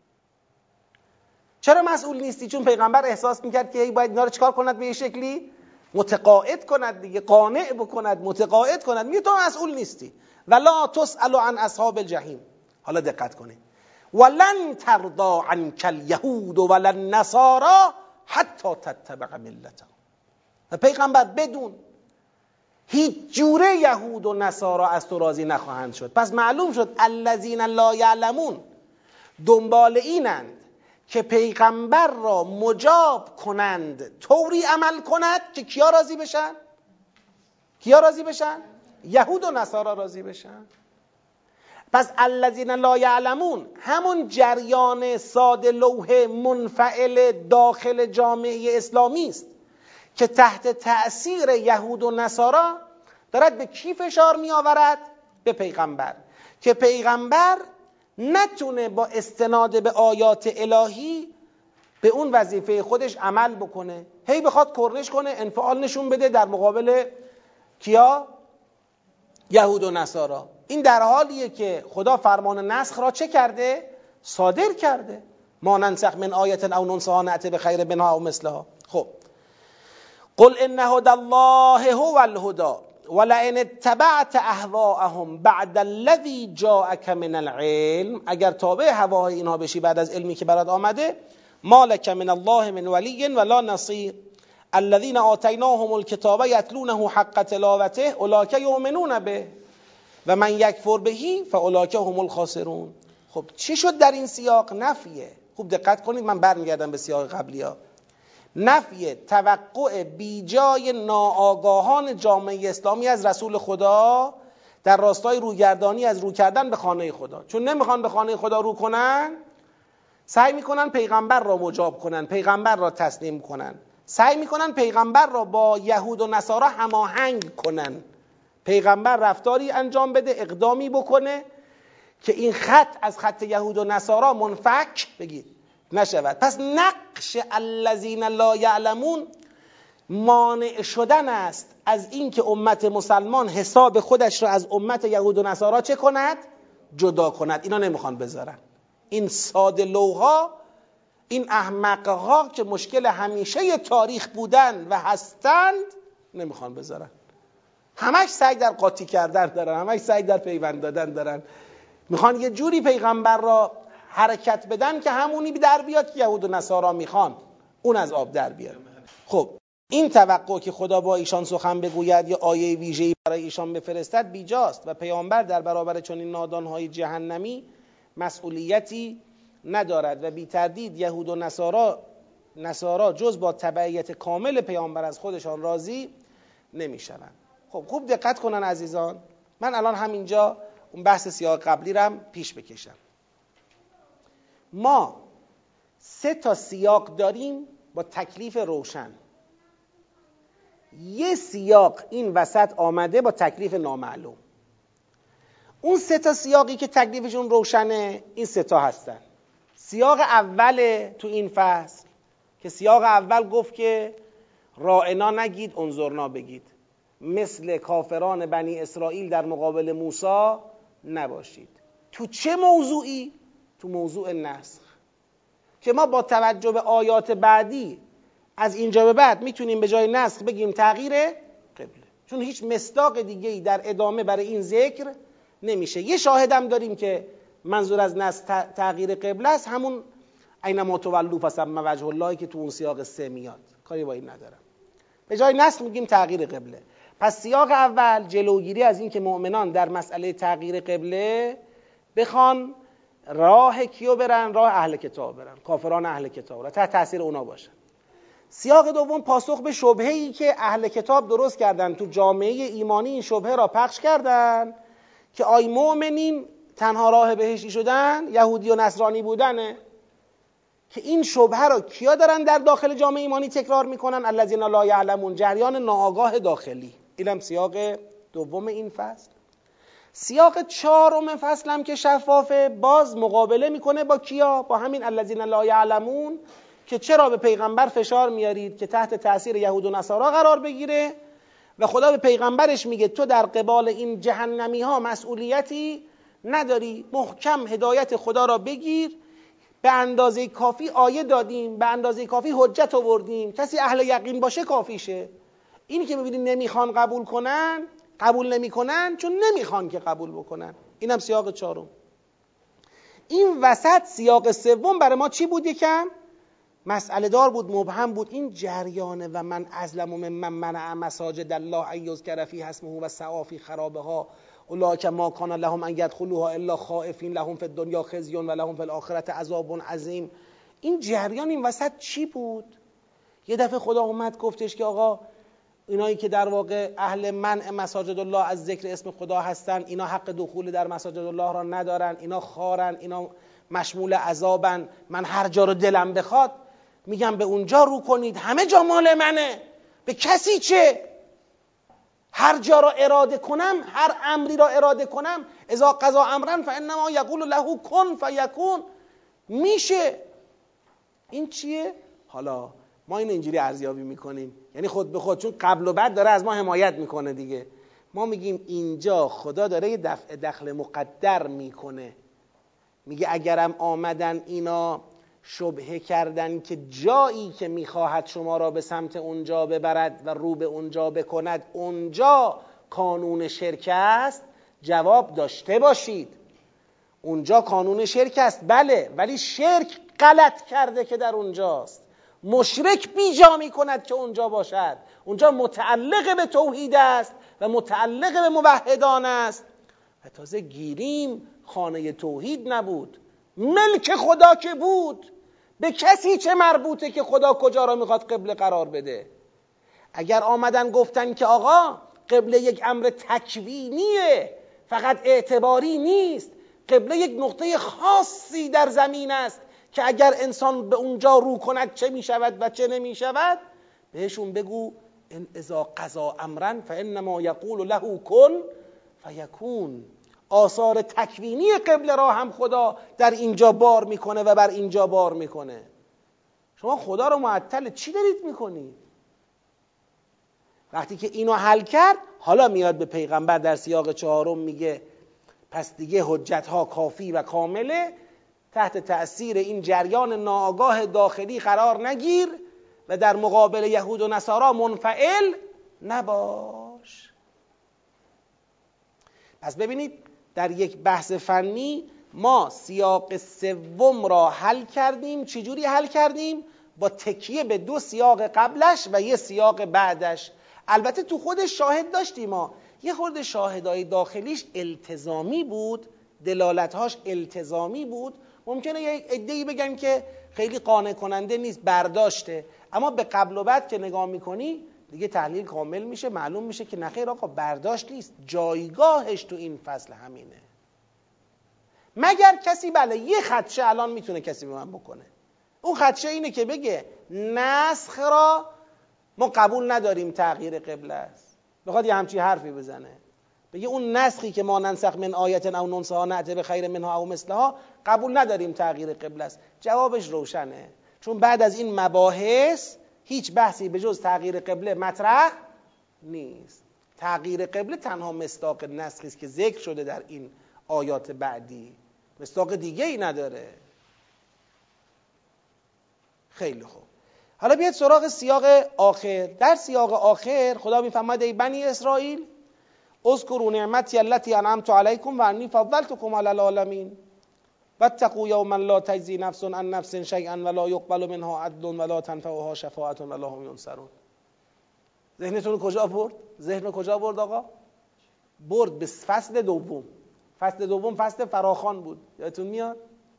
چرا مسئول نیستی؟ چون پیغمبر احساس میکرد که باید اینا رو چکار کند؟ به یه شکلی متقاعد کند دیگه، قانع بکند، متقاعد کند. میگه تو مسئول نیستی. ولا تسأل عن اصحاب الجحیم. حالا دقت کنید. ولن ترضى عنك اليهود ولا النصارى حتی تتبع ملتهم. و پیغمبر بدون هیچ جوره یهود و نصارا از تو راضی نخواهند شد. پس معلوم شد الذین لا یعلمون دنبال اینند که پیغمبر را مجاب کنند، طوری عمل کند که کیا راضی بشن؟ کیا راضی بشن؟ یهود و نصارا راضی بشن. پس الذین لا یعلمون همون جریان ساده لوح منفعل داخل جامعه اسلامی است که تحت تأثیر یهود و نصارا دارد به کی فشار می آورد؟ به پیغمبر، که پیغمبر نتونه با استناد به آیات الهی به اون وظیفه خودش عمل بکنه، هی بخواد کرنش کنه، انفعال نشون بده در مقابل کیا؟ یهود و نصارا. این در حالیه که خدا فرمان نسخ را چه کرده؟ صادر کرده. ما ننسخ من آیه او ننسها نأتی بخیر منها او مثلها. خب قل ان هدی الله هو الهدی ولئن اتبعت اهواءهم بعد الذی جاءک من العلم، اگر تابع هواهای اینها بشی بعد از علمی که برات آمده، ما لک من الله من ولی ولا نصیر الذین آتیناهم الکتاب یتلونه حق تلاوته اولئک یؤمنون به و من یکفر بهی فاولئک هم الخاسرون. خب چی شد در این سیاق؟ نفیه. خوب دقت کنید، من برمیگردم به سیاق قبلی ها. نفی توقع بیجای ناآگاهان جامعه اسلامی از رسول خدا در راستای روگردانی از رو کردن به خانه خدا. چون نمیخوان به خانه خدا رو کنن، سعی میکنن پیغمبر را مجاب کنن، پیغمبر را تسلیم کنن، سعی میکنن پیغمبر را با یهود و نصارا هماهنگ کنن، پیغمبر رفتاری انجام بده، اقدامی بکنه که این خط از خط یهود و نصارا منفک بگید نشود. پس نقش الذین لا یعلمون مانع شدن است از اینکه امت مسلمان حساب خودش را از امت یهود و نصارا چه کند؟ جدا کند. اینا نمیخوان بذارن. این ساده لوها، این احمقها که مشکل همیشه تاریخ بودن و هستند، نمیخوان بذارن. همش سعی در قاطی کردن دارن، همش سعی در پیوند دادن دارن. میخوان یه جوری پیغمبر را حرکت بدن که همونی در بیاد که یهود و نصارا میخوان، اون از آب در بیاد. خب این توقع که خدا با ایشان سخن بگوید یا آیه ویژه‌ای برای ایشان بفرستد بیجاست و پیامبر در برابر چنین نادانهای جهنمی مسئولیتی ندارد و بی تردید یهود و نصارا نصارا جز با تبعیت کامل پیامبر از خودشان راضی نمیشوند. خب خوب دقت کنن عزیزان، من الان همینجا اون بحث سیاق قبلی رم پیش بکشم. ما سه تا سیاق داریم با تکلیف روشن. یه سیاق این وسط آمده با تکلیف نامعلوم. اون سه تا سیاقی که تکلیفشون روشنه این سه تا هستن. سیاق اول تو این فصل که سیاق اول گفت که راعنا نگید انظرنا بگید، مثل کافران بنی اسرائیل در مقابل موسی نباشید. تو چه موضوعی؟ تو موضوع نسخ، که ما با توجه به آیات بعدی از اینجا به بعد میتونیم به جای نسخ بگیم تغییر قبله، چون هیچ مصداق دیگه‌ای در ادامه برای این ذکر نمیشه. یه شاهدم داریم که منظور از نسخ تغییر قبله است، همون اینما تولوا فثم وجه الله که تو اون سیاق سه میاد. کاری با این ندارم. به جای نسخ میگیم تغییر قبله. پس سیاق اول جلوگیری از این که مؤمنان در مسئله تغییر قبله بخوان راه کیو برن؟ راه اهل کتاب برن، کافران اهل کتاب را تحت تاثیر اونا باشن. سیاق دوم پاسخ به شبهه‌ای که اهل کتاب درست کردن تو جامعه ایمانی، این شبهه را پخش کردن که آی مؤمنین تنها راه بهشتی شدن یهودی و نصرانی بودنه. که این شبهه را کیا دارن در داخل جامعه ایمانی تکرار میکنن؟ الذین لا یعلمون، جریان ناآگاه داخلی. اینم سیاق دوم این فصل. سیاق چهارم فصل هم که شفافه، باز مقابله میکنه با کیا؟ با همین الذین لا یعلمون، که چرا به پیغمبر فشار میارید که تحت تاثیر یهود و نصارا قرار بگیره و خدا به پیغمبرش میگه تو در قبال این جهنمی ها مسئولیتی نداری، محکم هدایت خدا را بگیر. به اندازه کافی آیه دادیم، به اندازه کافی حجت آوردیم، کسی اهل یقین باشه کافیشه. اینی که ببینید نمیخوان قبول کنن، قبول نمیکنن چون نمیخوان که قبول بکنن. اینم سیاق چهارم. این وسط سیاق سوم برای ما چی بود؟ یکم مسئله دار بود، مبهم بود. این جریانه و من ازلم ممن منع مساجد الله ان یذکر فیها اسمه و سعی فی خرابها اولئک ما کان لهم ان یدخلوها الا خائفین لهم فی الدنیا خزی و لهم فی الاخره عذاب عظیم. این جریان این وسط چی بود؟ یه دفعه خدا اومد گفتش که آقا اینایی که در واقع اهل منع مساجد الله از ذکر اسم خدا هستن، اینا حق دخول در مساجد الله را ندارن، اینا خارن، اینا مشمول عذابن. من هر جا رو دلم بخواد میگم به اونجا رو کنید، همه جا مال منه، به کسی چه؟ هر جا را اراده کنم، هر امری را اراده کنم، اذا قضا امرا فانما یقول له کن فیکون، میشه. این چیه؟ حالا ما این اینجوری ارزیابی میکنیم، یعنی خود به خود، چون قبل و بعد داره از ما حمایت میکنه دیگه. ما میگیم اینجا خدا داره یه دفع دخل مقدر میکنه، میگه اگرم آمدن اینا شبهه کردن که جایی که میخواهد شما را به سمت اونجا ببرد و رو به اونجا بکند اونجا کانون شرک است، جواب داشته باشید اونجا کانون شرک است، بله، ولی شرک غلط کرده که در اونجاست. مشرک بیجا میکند که اونجا باشد، اونجا متعلق به توحید است و متعلق به موحدان است. و تازه گیریم خانه توحید نبود، ملک خدا که بود، به کسی چه مربوطه که خدا کجا را میخواد قبله قرار بده؟ اگر آمدن گفتن که آقا قبله یک امر تکوینیه، فقط اعتباری نیست، قبله یک نقطه خاصی در زمین است که اگر انسان به اونجا رو کند چه میشود و چه نمیشود، بهشون بگو ان اذا قضا امرا فانما یقول له کن فیکون. آثار تکوینی قبله را هم خدا در اینجا بار میکنه و بر اینجا بار میکنه. شما خدا رو معطل چی دارید میکنید؟ وقتی که اینو حل کرد، حالا میاد به پیغمبر در سیاق چهارم میگه پس دیگه حجت ها کافی و کامله، تحت تأثیر این جریان ناآگاه داخلی قرار نگیر و در مقابل یهود و نصارا منفعل نباش. پس ببینید در یک بحث فنی ما سیاق سوم را حل کردیم. چجوری حل کردیم؟ با تکیه به دو سیاق قبلش و یه سیاق بعدش. البته تو خودش شاهد داشتیم، ما یه خورده شاهدای داخلیش التزامی بود، دلالتهاش التزامی بود. ممکنه یه عده‌ای بگن که خیلی قانع کننده نیست، برداشته، اما به قبل و بعد که نگاه میکنی دیگه تحلیل کامل میشه، معلوم میشه که نخیر آقا برداشت نیست، جایگاهش تو این فصل همینه. مگر کسی بله یه خدشه الان میتونه کسی به من بکنه، اون خدشه اینه که بگه نسخ را ما قبول نداریم، تغییر قبله است، بخواد یه همچی حرفی بزنه، بگه اون نسخی که ما ننسخ من آیت او ننسها نأتی بخیر منها او مثلها قبول نداریم، تغییر قبله است. جوابش روشنه، چون بعد از این مباحث هیچ بحثی به جز تغییر قبله مطرح نیست. تغییر قبله تنها مصداق نسخی است که ذکر شده در این آیات بعدی، مصداق دیگه ای نداره. خیلی خوب، حالا بیاید سراغ سیاق آخر. در سیاق آخر خدا میفرماید ای بنی اسرائیل اذکروا نعمتی التي انعمت علیکم و انی فضلتکم علی العالمین واتقوا یوما لا تجزی نفس عن نفس شیئا ولا یقبل منها عدل ولا تنفعها شفاعة ولا هم ینصرون. ذهنتون کجا برد؟ ذهن کجا برد آقا؟ برد به فصل دوم. فصل دوم فصل فراخوان بود، یادتون میاد؟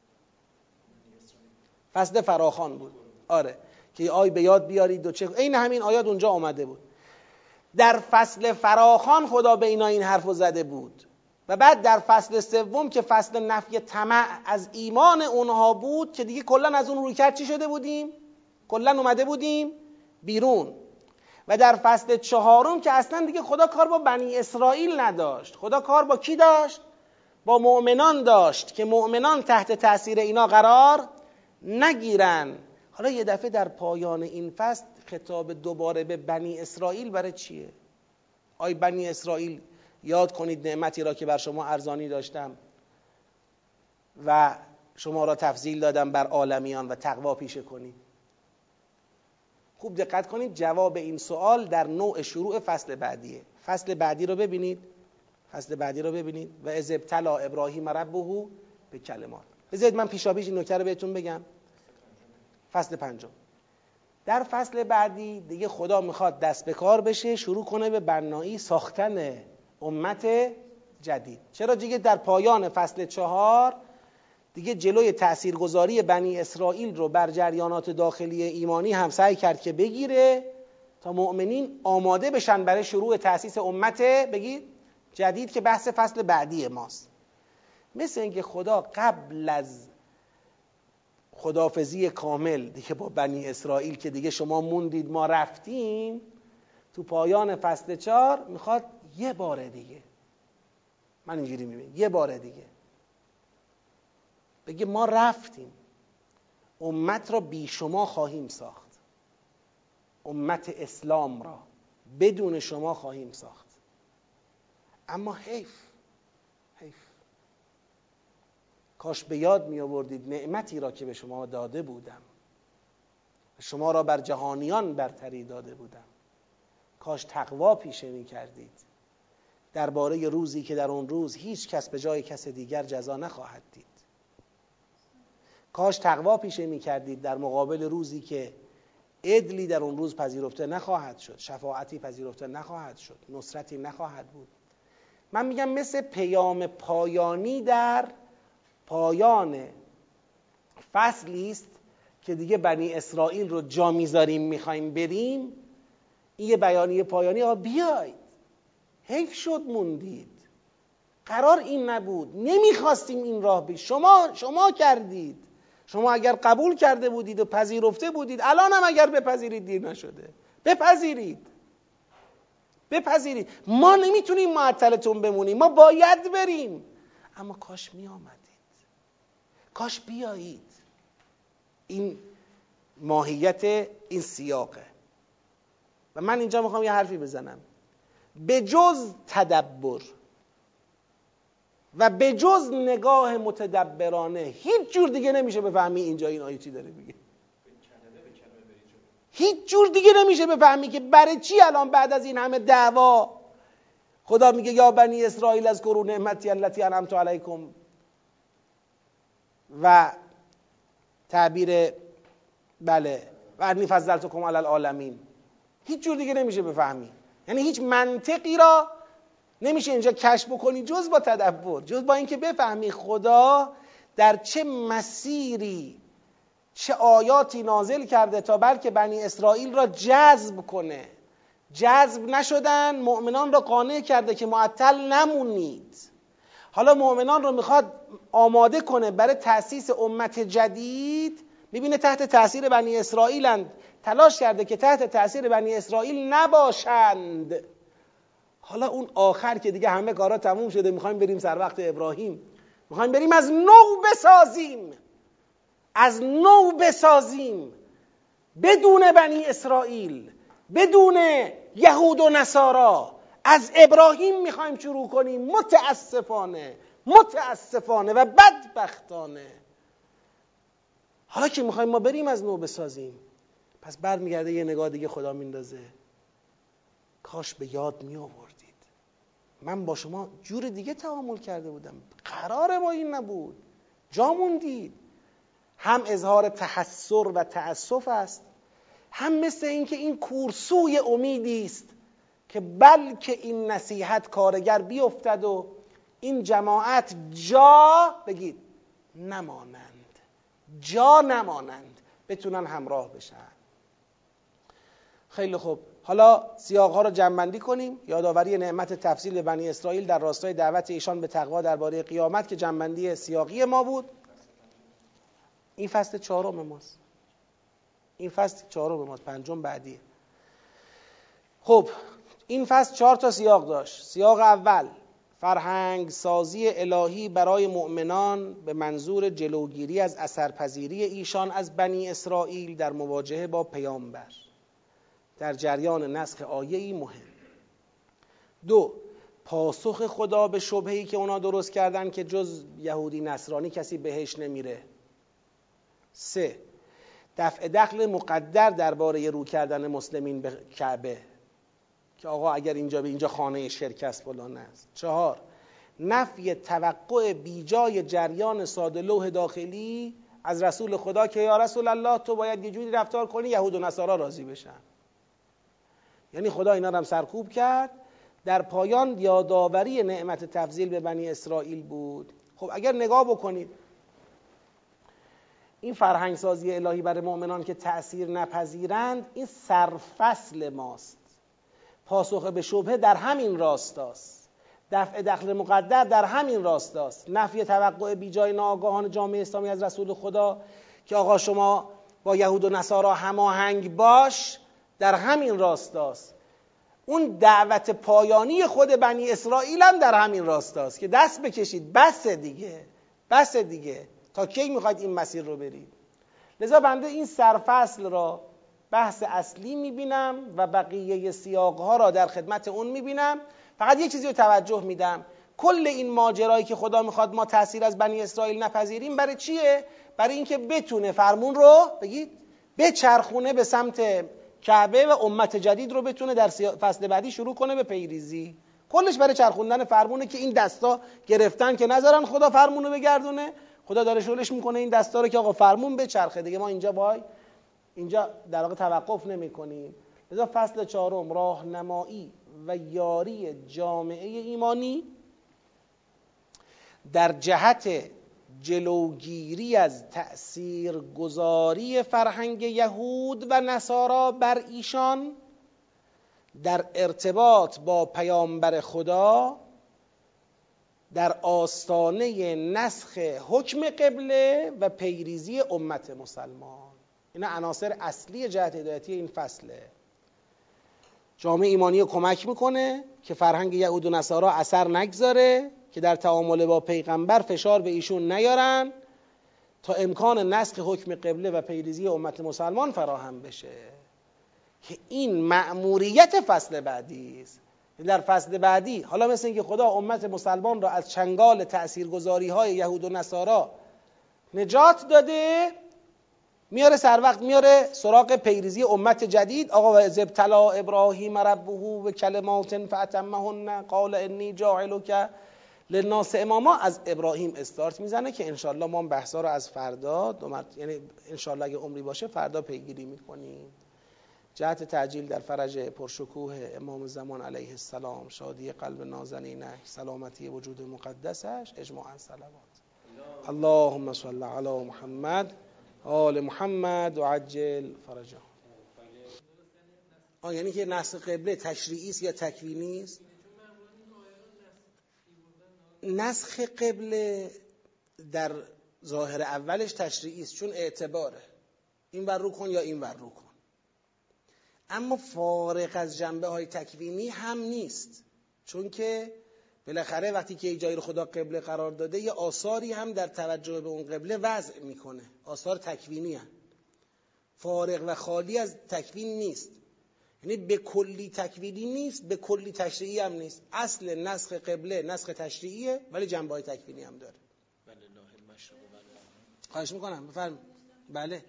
فصل فراخوان بود، آره، که آی به یاد بیارید و چه این همین آیات اونجا آمده بود. در فصل فراخوان خدا به اینا این حرفو زده بود و بعد در فصل سوم که فصل نفی طمع از ایمان اونها بود که دیگه کلا از اون روی کرد چی شده بودیم؟ کلا اومده بودیم بیرون. و در فصل چهارم که اصلا دیگه خدا کار با بنی اسرائیل نداشت، خدا کار با کی داشت؟ با مؤمنان داشت که مؤمنان تحت تأثیر اینا قرار نگیرن. حالا یه دفعه در پایان این فصل خطاب دوباره به بنی اسرائیل برای چیه؟ آی بنی اسرائیل یاد کنید نعمتی را که بر شما ارزانی داشتم و شما را تفضیل دادم بر عالمیان و تقوا پیشه کنید. خوب دقت کنید، جواب این سوال در نوع شروع فصل بعدیه. فصل بعدی رو ببینید، فصل بعدی رو ببینید و اذ ابتلی ابراهیم ربه به کلمات. بذارید من پیشا پیش این نکته رو بهتون بگم. فصل پنجم. در فصل بعدی دیگه خدا میخواد دست به کار بشه، شروع کنه به بنایی ساختن امت جدید. چرا دیگه در پایان فصل چهار دیگه جلوی تاثیرگذاری بنی اسرائیل رو بر جریانات داخلی ایمانی هم سعی کرد که بگیره تا مؤمنین آماده بشن برای شروع تأسیس امت بگید جدید که بحث فصل بعدی ماست. مثل اینکه خدا قبل از خداحافظی کامل دیگه با بنی اسرائیل که دیگه شما موندید ما رفتیم، تو پایان فصل چهار میخواد یه بار دیگه، من اینجوری میبینم، یه بار دیگه بگه ما رفتیم، امت را بی شما خواهیم ساخت، امت اسلام را بدون شما خواهیم ساخت، اما حیف حیف کاش به یاد می آوردید نعمتی را که به شما داده بودم، شما را بر جهانیان برتری داده بودم. کاش تقوا پیشه می کردید درباره روزی که در اون روز هیچ کس به جای کس دیگر جزا نخواهد دید. کاش تقوا پیشه می کردید در مقابل روزی که عدلی در اون روز پذیرفته نخواهد شد، شفاعتی پذیرفته نخواهد شد، نصرتی نخواهد بود. من میگم مثل پیام پایانی در پایان فصلی است که دیگه بنی اسرائیل رو جا میذاریم میخوایم بریم. این یه بیانیه پایانی، آقا بیاید، حیف شد موندید، قرار این نبود، نمیخواستیم این راه بید، شما شما کردید. شما اگر قبول کرده بودید و پذیرفته بودید، الان هم اگر بپذیرید دیر نشده، بپذیرید بپذیرید. ما نمیتونیم معطلتون بمونیم، ما باید بریم. اما کاش می آمدید، کاش بیایید. این ماهیت این سیاقه. و من اینجا میخوام یه حرفی بزنم. به جز تدبر و به جز نگاه متدبرانه هیچ جور دیگه نمیشه بفهمی اینجا این آیه چی داره میگه. هیچ جور دیگه نمیشه بفهمی که برای چی الان بعد از این همه دعوا خدا میگه یا بنی اسرائیل اذکروا نعمتی التی انعمت علیکم و تعبیر بله و انی فضلتکم علی العالمین. هیچ جور دیگه نمیشه بفهمی، یعنی هیچ منطقی را نمیشه اینجا کشف بکنی جز با تدبر، جز با اینکه بفهمی خدا در چه مسیری چه آیاتی نازل کرده تا بلکه بنی اسرائیل را جذب کنه. جذب نشدن، مؤمنان را قانع کرده که معطل نمونید. حالا مؤمنان را میخواد آماده کنه برای تأسیس امت جدید. میبینه تحت تأثیر بنی اسرائیلند، تلاش کرده که تحت تأثیر بنی اسرائیل نباشند. حالا اون آخر که دیگه همه کارا تموم شده، میخوایم بریم سر وقت ابراهیم، میخوایم بریم از نو بسازیم، از نو بسازیم بدون بنی اسرائیل، بدون یهود و نصارا، از ابراهیم میخوایم شروع کنیم. متاسفانه متاسفانه و بدبختانه حالا که میخوایم ما بریم از نو بسازیم، پس برمیگرده یه نگاه دیگه خدا میندازه. کاش به یاد می آوردید من با شما جور دیگه تعامل کرده بودم، قرار ما این نبود، جا موندید. هم اظهار تحسر و تأسف است، هم مثل این که این کورسوی امیدی است که بلکه این نصیحت کارگر بیفتد و این جماعت جا بگید نمانند، جا نمانند، بتونن همراه بشن. خیلی خوب، حالا سیاق‌ها رو جمع‌بندی کنیم. یادآوری نعمت تفضیل بنی اسرائیل در راستای دعوت ایشان به تقوا درباره قیامت که جمع‌بندی سیاقی ما بود. این فصل چهارم ماست، این فصل چهارم ماست، پنجم بعدیه. خب این فصل چهار تا سیاق داشت. سیاق اول فرهنگ سازی الهی برای مؤمنان به منظور جلوگیری از اثرپذیری ایشان از بنی اسرائیل در مواجهه با پیامبر در جریان نسخ آیه‌ای مهم. دو، پاسخ خدا به شبهه‌ای که اونا درست کردن که جز یهودی نصرانی کسی بهش نمیره. سه، دفع دخل مقدر درباره رو کردن مسلمین به کعبه که آقا اگر اینجا به اینجا خانه شرک است فلان است. چهار، نفی توقع بیجای جریان ساده لوح داخلی از رسول خدا که یا رسول الله تو باید یه جوری رفتار کنی یهود و نصارا راضی بشن. یعنی خدا اینا رو هم سرکوب کرد. در پایان یادآوری نعمت تفضیل به بنی اسرائیل بود. خب اگر نگاه بکنید این فرهنگ سازی الهی برای مؤمنان که تأثیر نپذیرند، این سرفصل ماست. پاسخ به شبهه در همین راستاست، دفع دخل مقدر در همین راستاست، نفی توقع بیجای ناآگاهان جامعه اسلامی از رسول خدا که آقا شما با یهود و نصارا هماهنگ باش در همین راستاست. اون دعوت پایانی خود بنی اسرائیل هم در همین راستاست که دست بکشید، بس دیگه، بس دیگه، تا کی میخواید این مسیر رو برید؟ لذا بنده این سرفصل را بحث اصلی میبینم و بقیه سیاقها را در خدمت اون میبینم. فقط یک چیزی رو توجه میدم، کل این ماجرایی که خدا میخواد ما تأثیر از بنی اسرائیل نپذیریم برای چیه؟ برای اینکه بتونه فرمون رو بگید بچرخونه به سمت کعبه و امت جدید رو بتونه در فصل بعدی شروع کنه به پیریزی. کلش برای چرخوندن فرمونه که این دستا گرفتن که نذارن خدا فرمونو بگردونه. خدا داره شغلش میکنه این دستا رو که آقا فرمون بچرخه دیگه، ما اینجا وای اینجا در واقع توقف نمی‌کنیم. لذا فصل چهارم راهنمایی و یاری جامعه ایمانی در جهت جلوگیری از تأثیرگذاری فرهنگ یهود و نصارا بر ایشان در ارتباط با پیامبر خدا در آستانه نسخ حکم قبله و پیریزی امت مسلمان. اینا عناصر اصلی جهت هدایتی این فصله. جامعه ایمانی رو کمک میکنه که فرهنگ یهود و نصارا اثر نگذاره، که در تعامل با پیغمبر فشار به ایشون نیارن تا امکان نسخ حکم قبله و پیریزی امت مسلمان فراهم بشه، که این مأموریت فصل بعدی است. در فصل بعدی حالا مثل اینکه خدا امت مسلمان را از چنگال تأثیرگذاری های یهود و نصارا نجات داده، میاره سر وقت میاره سراغ پیریزی امت جدید. آقا و اذ ابتلی ابراهیم ربه بکلمات فاتمهن قال انی جاعلک للناس اماما. از ابراهیم استارت میزنه که انشالله ما بحثا رو از فردا دو مرت... یعنی انشالله اگه عمری باشه فردا پیگیری میکنیم. جهت تعجیل در فرج پرشکوه امام زمان علیه السلام، شادی قلب نازنینش، سلامتی وجود مقدسش، اجماعا صلوات. اللهم صل علی محمد آل محمد و عجل فرجهم. آه یعنی که نسخ قبله تشریعی است یا تکوینی است؟ نسخ قبله در ظاهر اولش تشریعی است، چون اعتباره، این ور رو کن یا این ور رو کن. اما فارغ از جنبه های تکوینی هم نیست، چون که بالاخره وقتی که یک جایی رو خدا قبله قرار داده یه آثاری هم در توجه به اون قبله وضع میکنه، آثار تکوینی هم. فارغ و خالی از تکوین نیست، یعنی به کلی تکوینی نیست، به کلی تشریعی هم نیست. اصل نسخ قبله نسخ تشریعیه ولی جنبه های تکوینی هم داره. خواهش میکنم بفرمایید. بله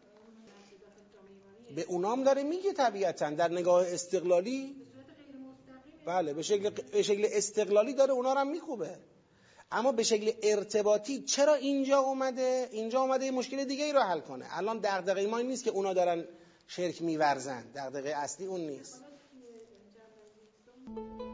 به اونام داره میگه طبیعتاً در نگاه استقلالی، بله به شکل به شکل استقلالی داره اونا رو هم میخوبه، اما به شکل ارتباطی چرا اینجا اومده؟ اینجا اومده یه مشکل دیگه ای رو حل کنه. الان دغدغه ما این نیست که اونا دارن شرک میورزن، دغدغه اصلی اون نیست.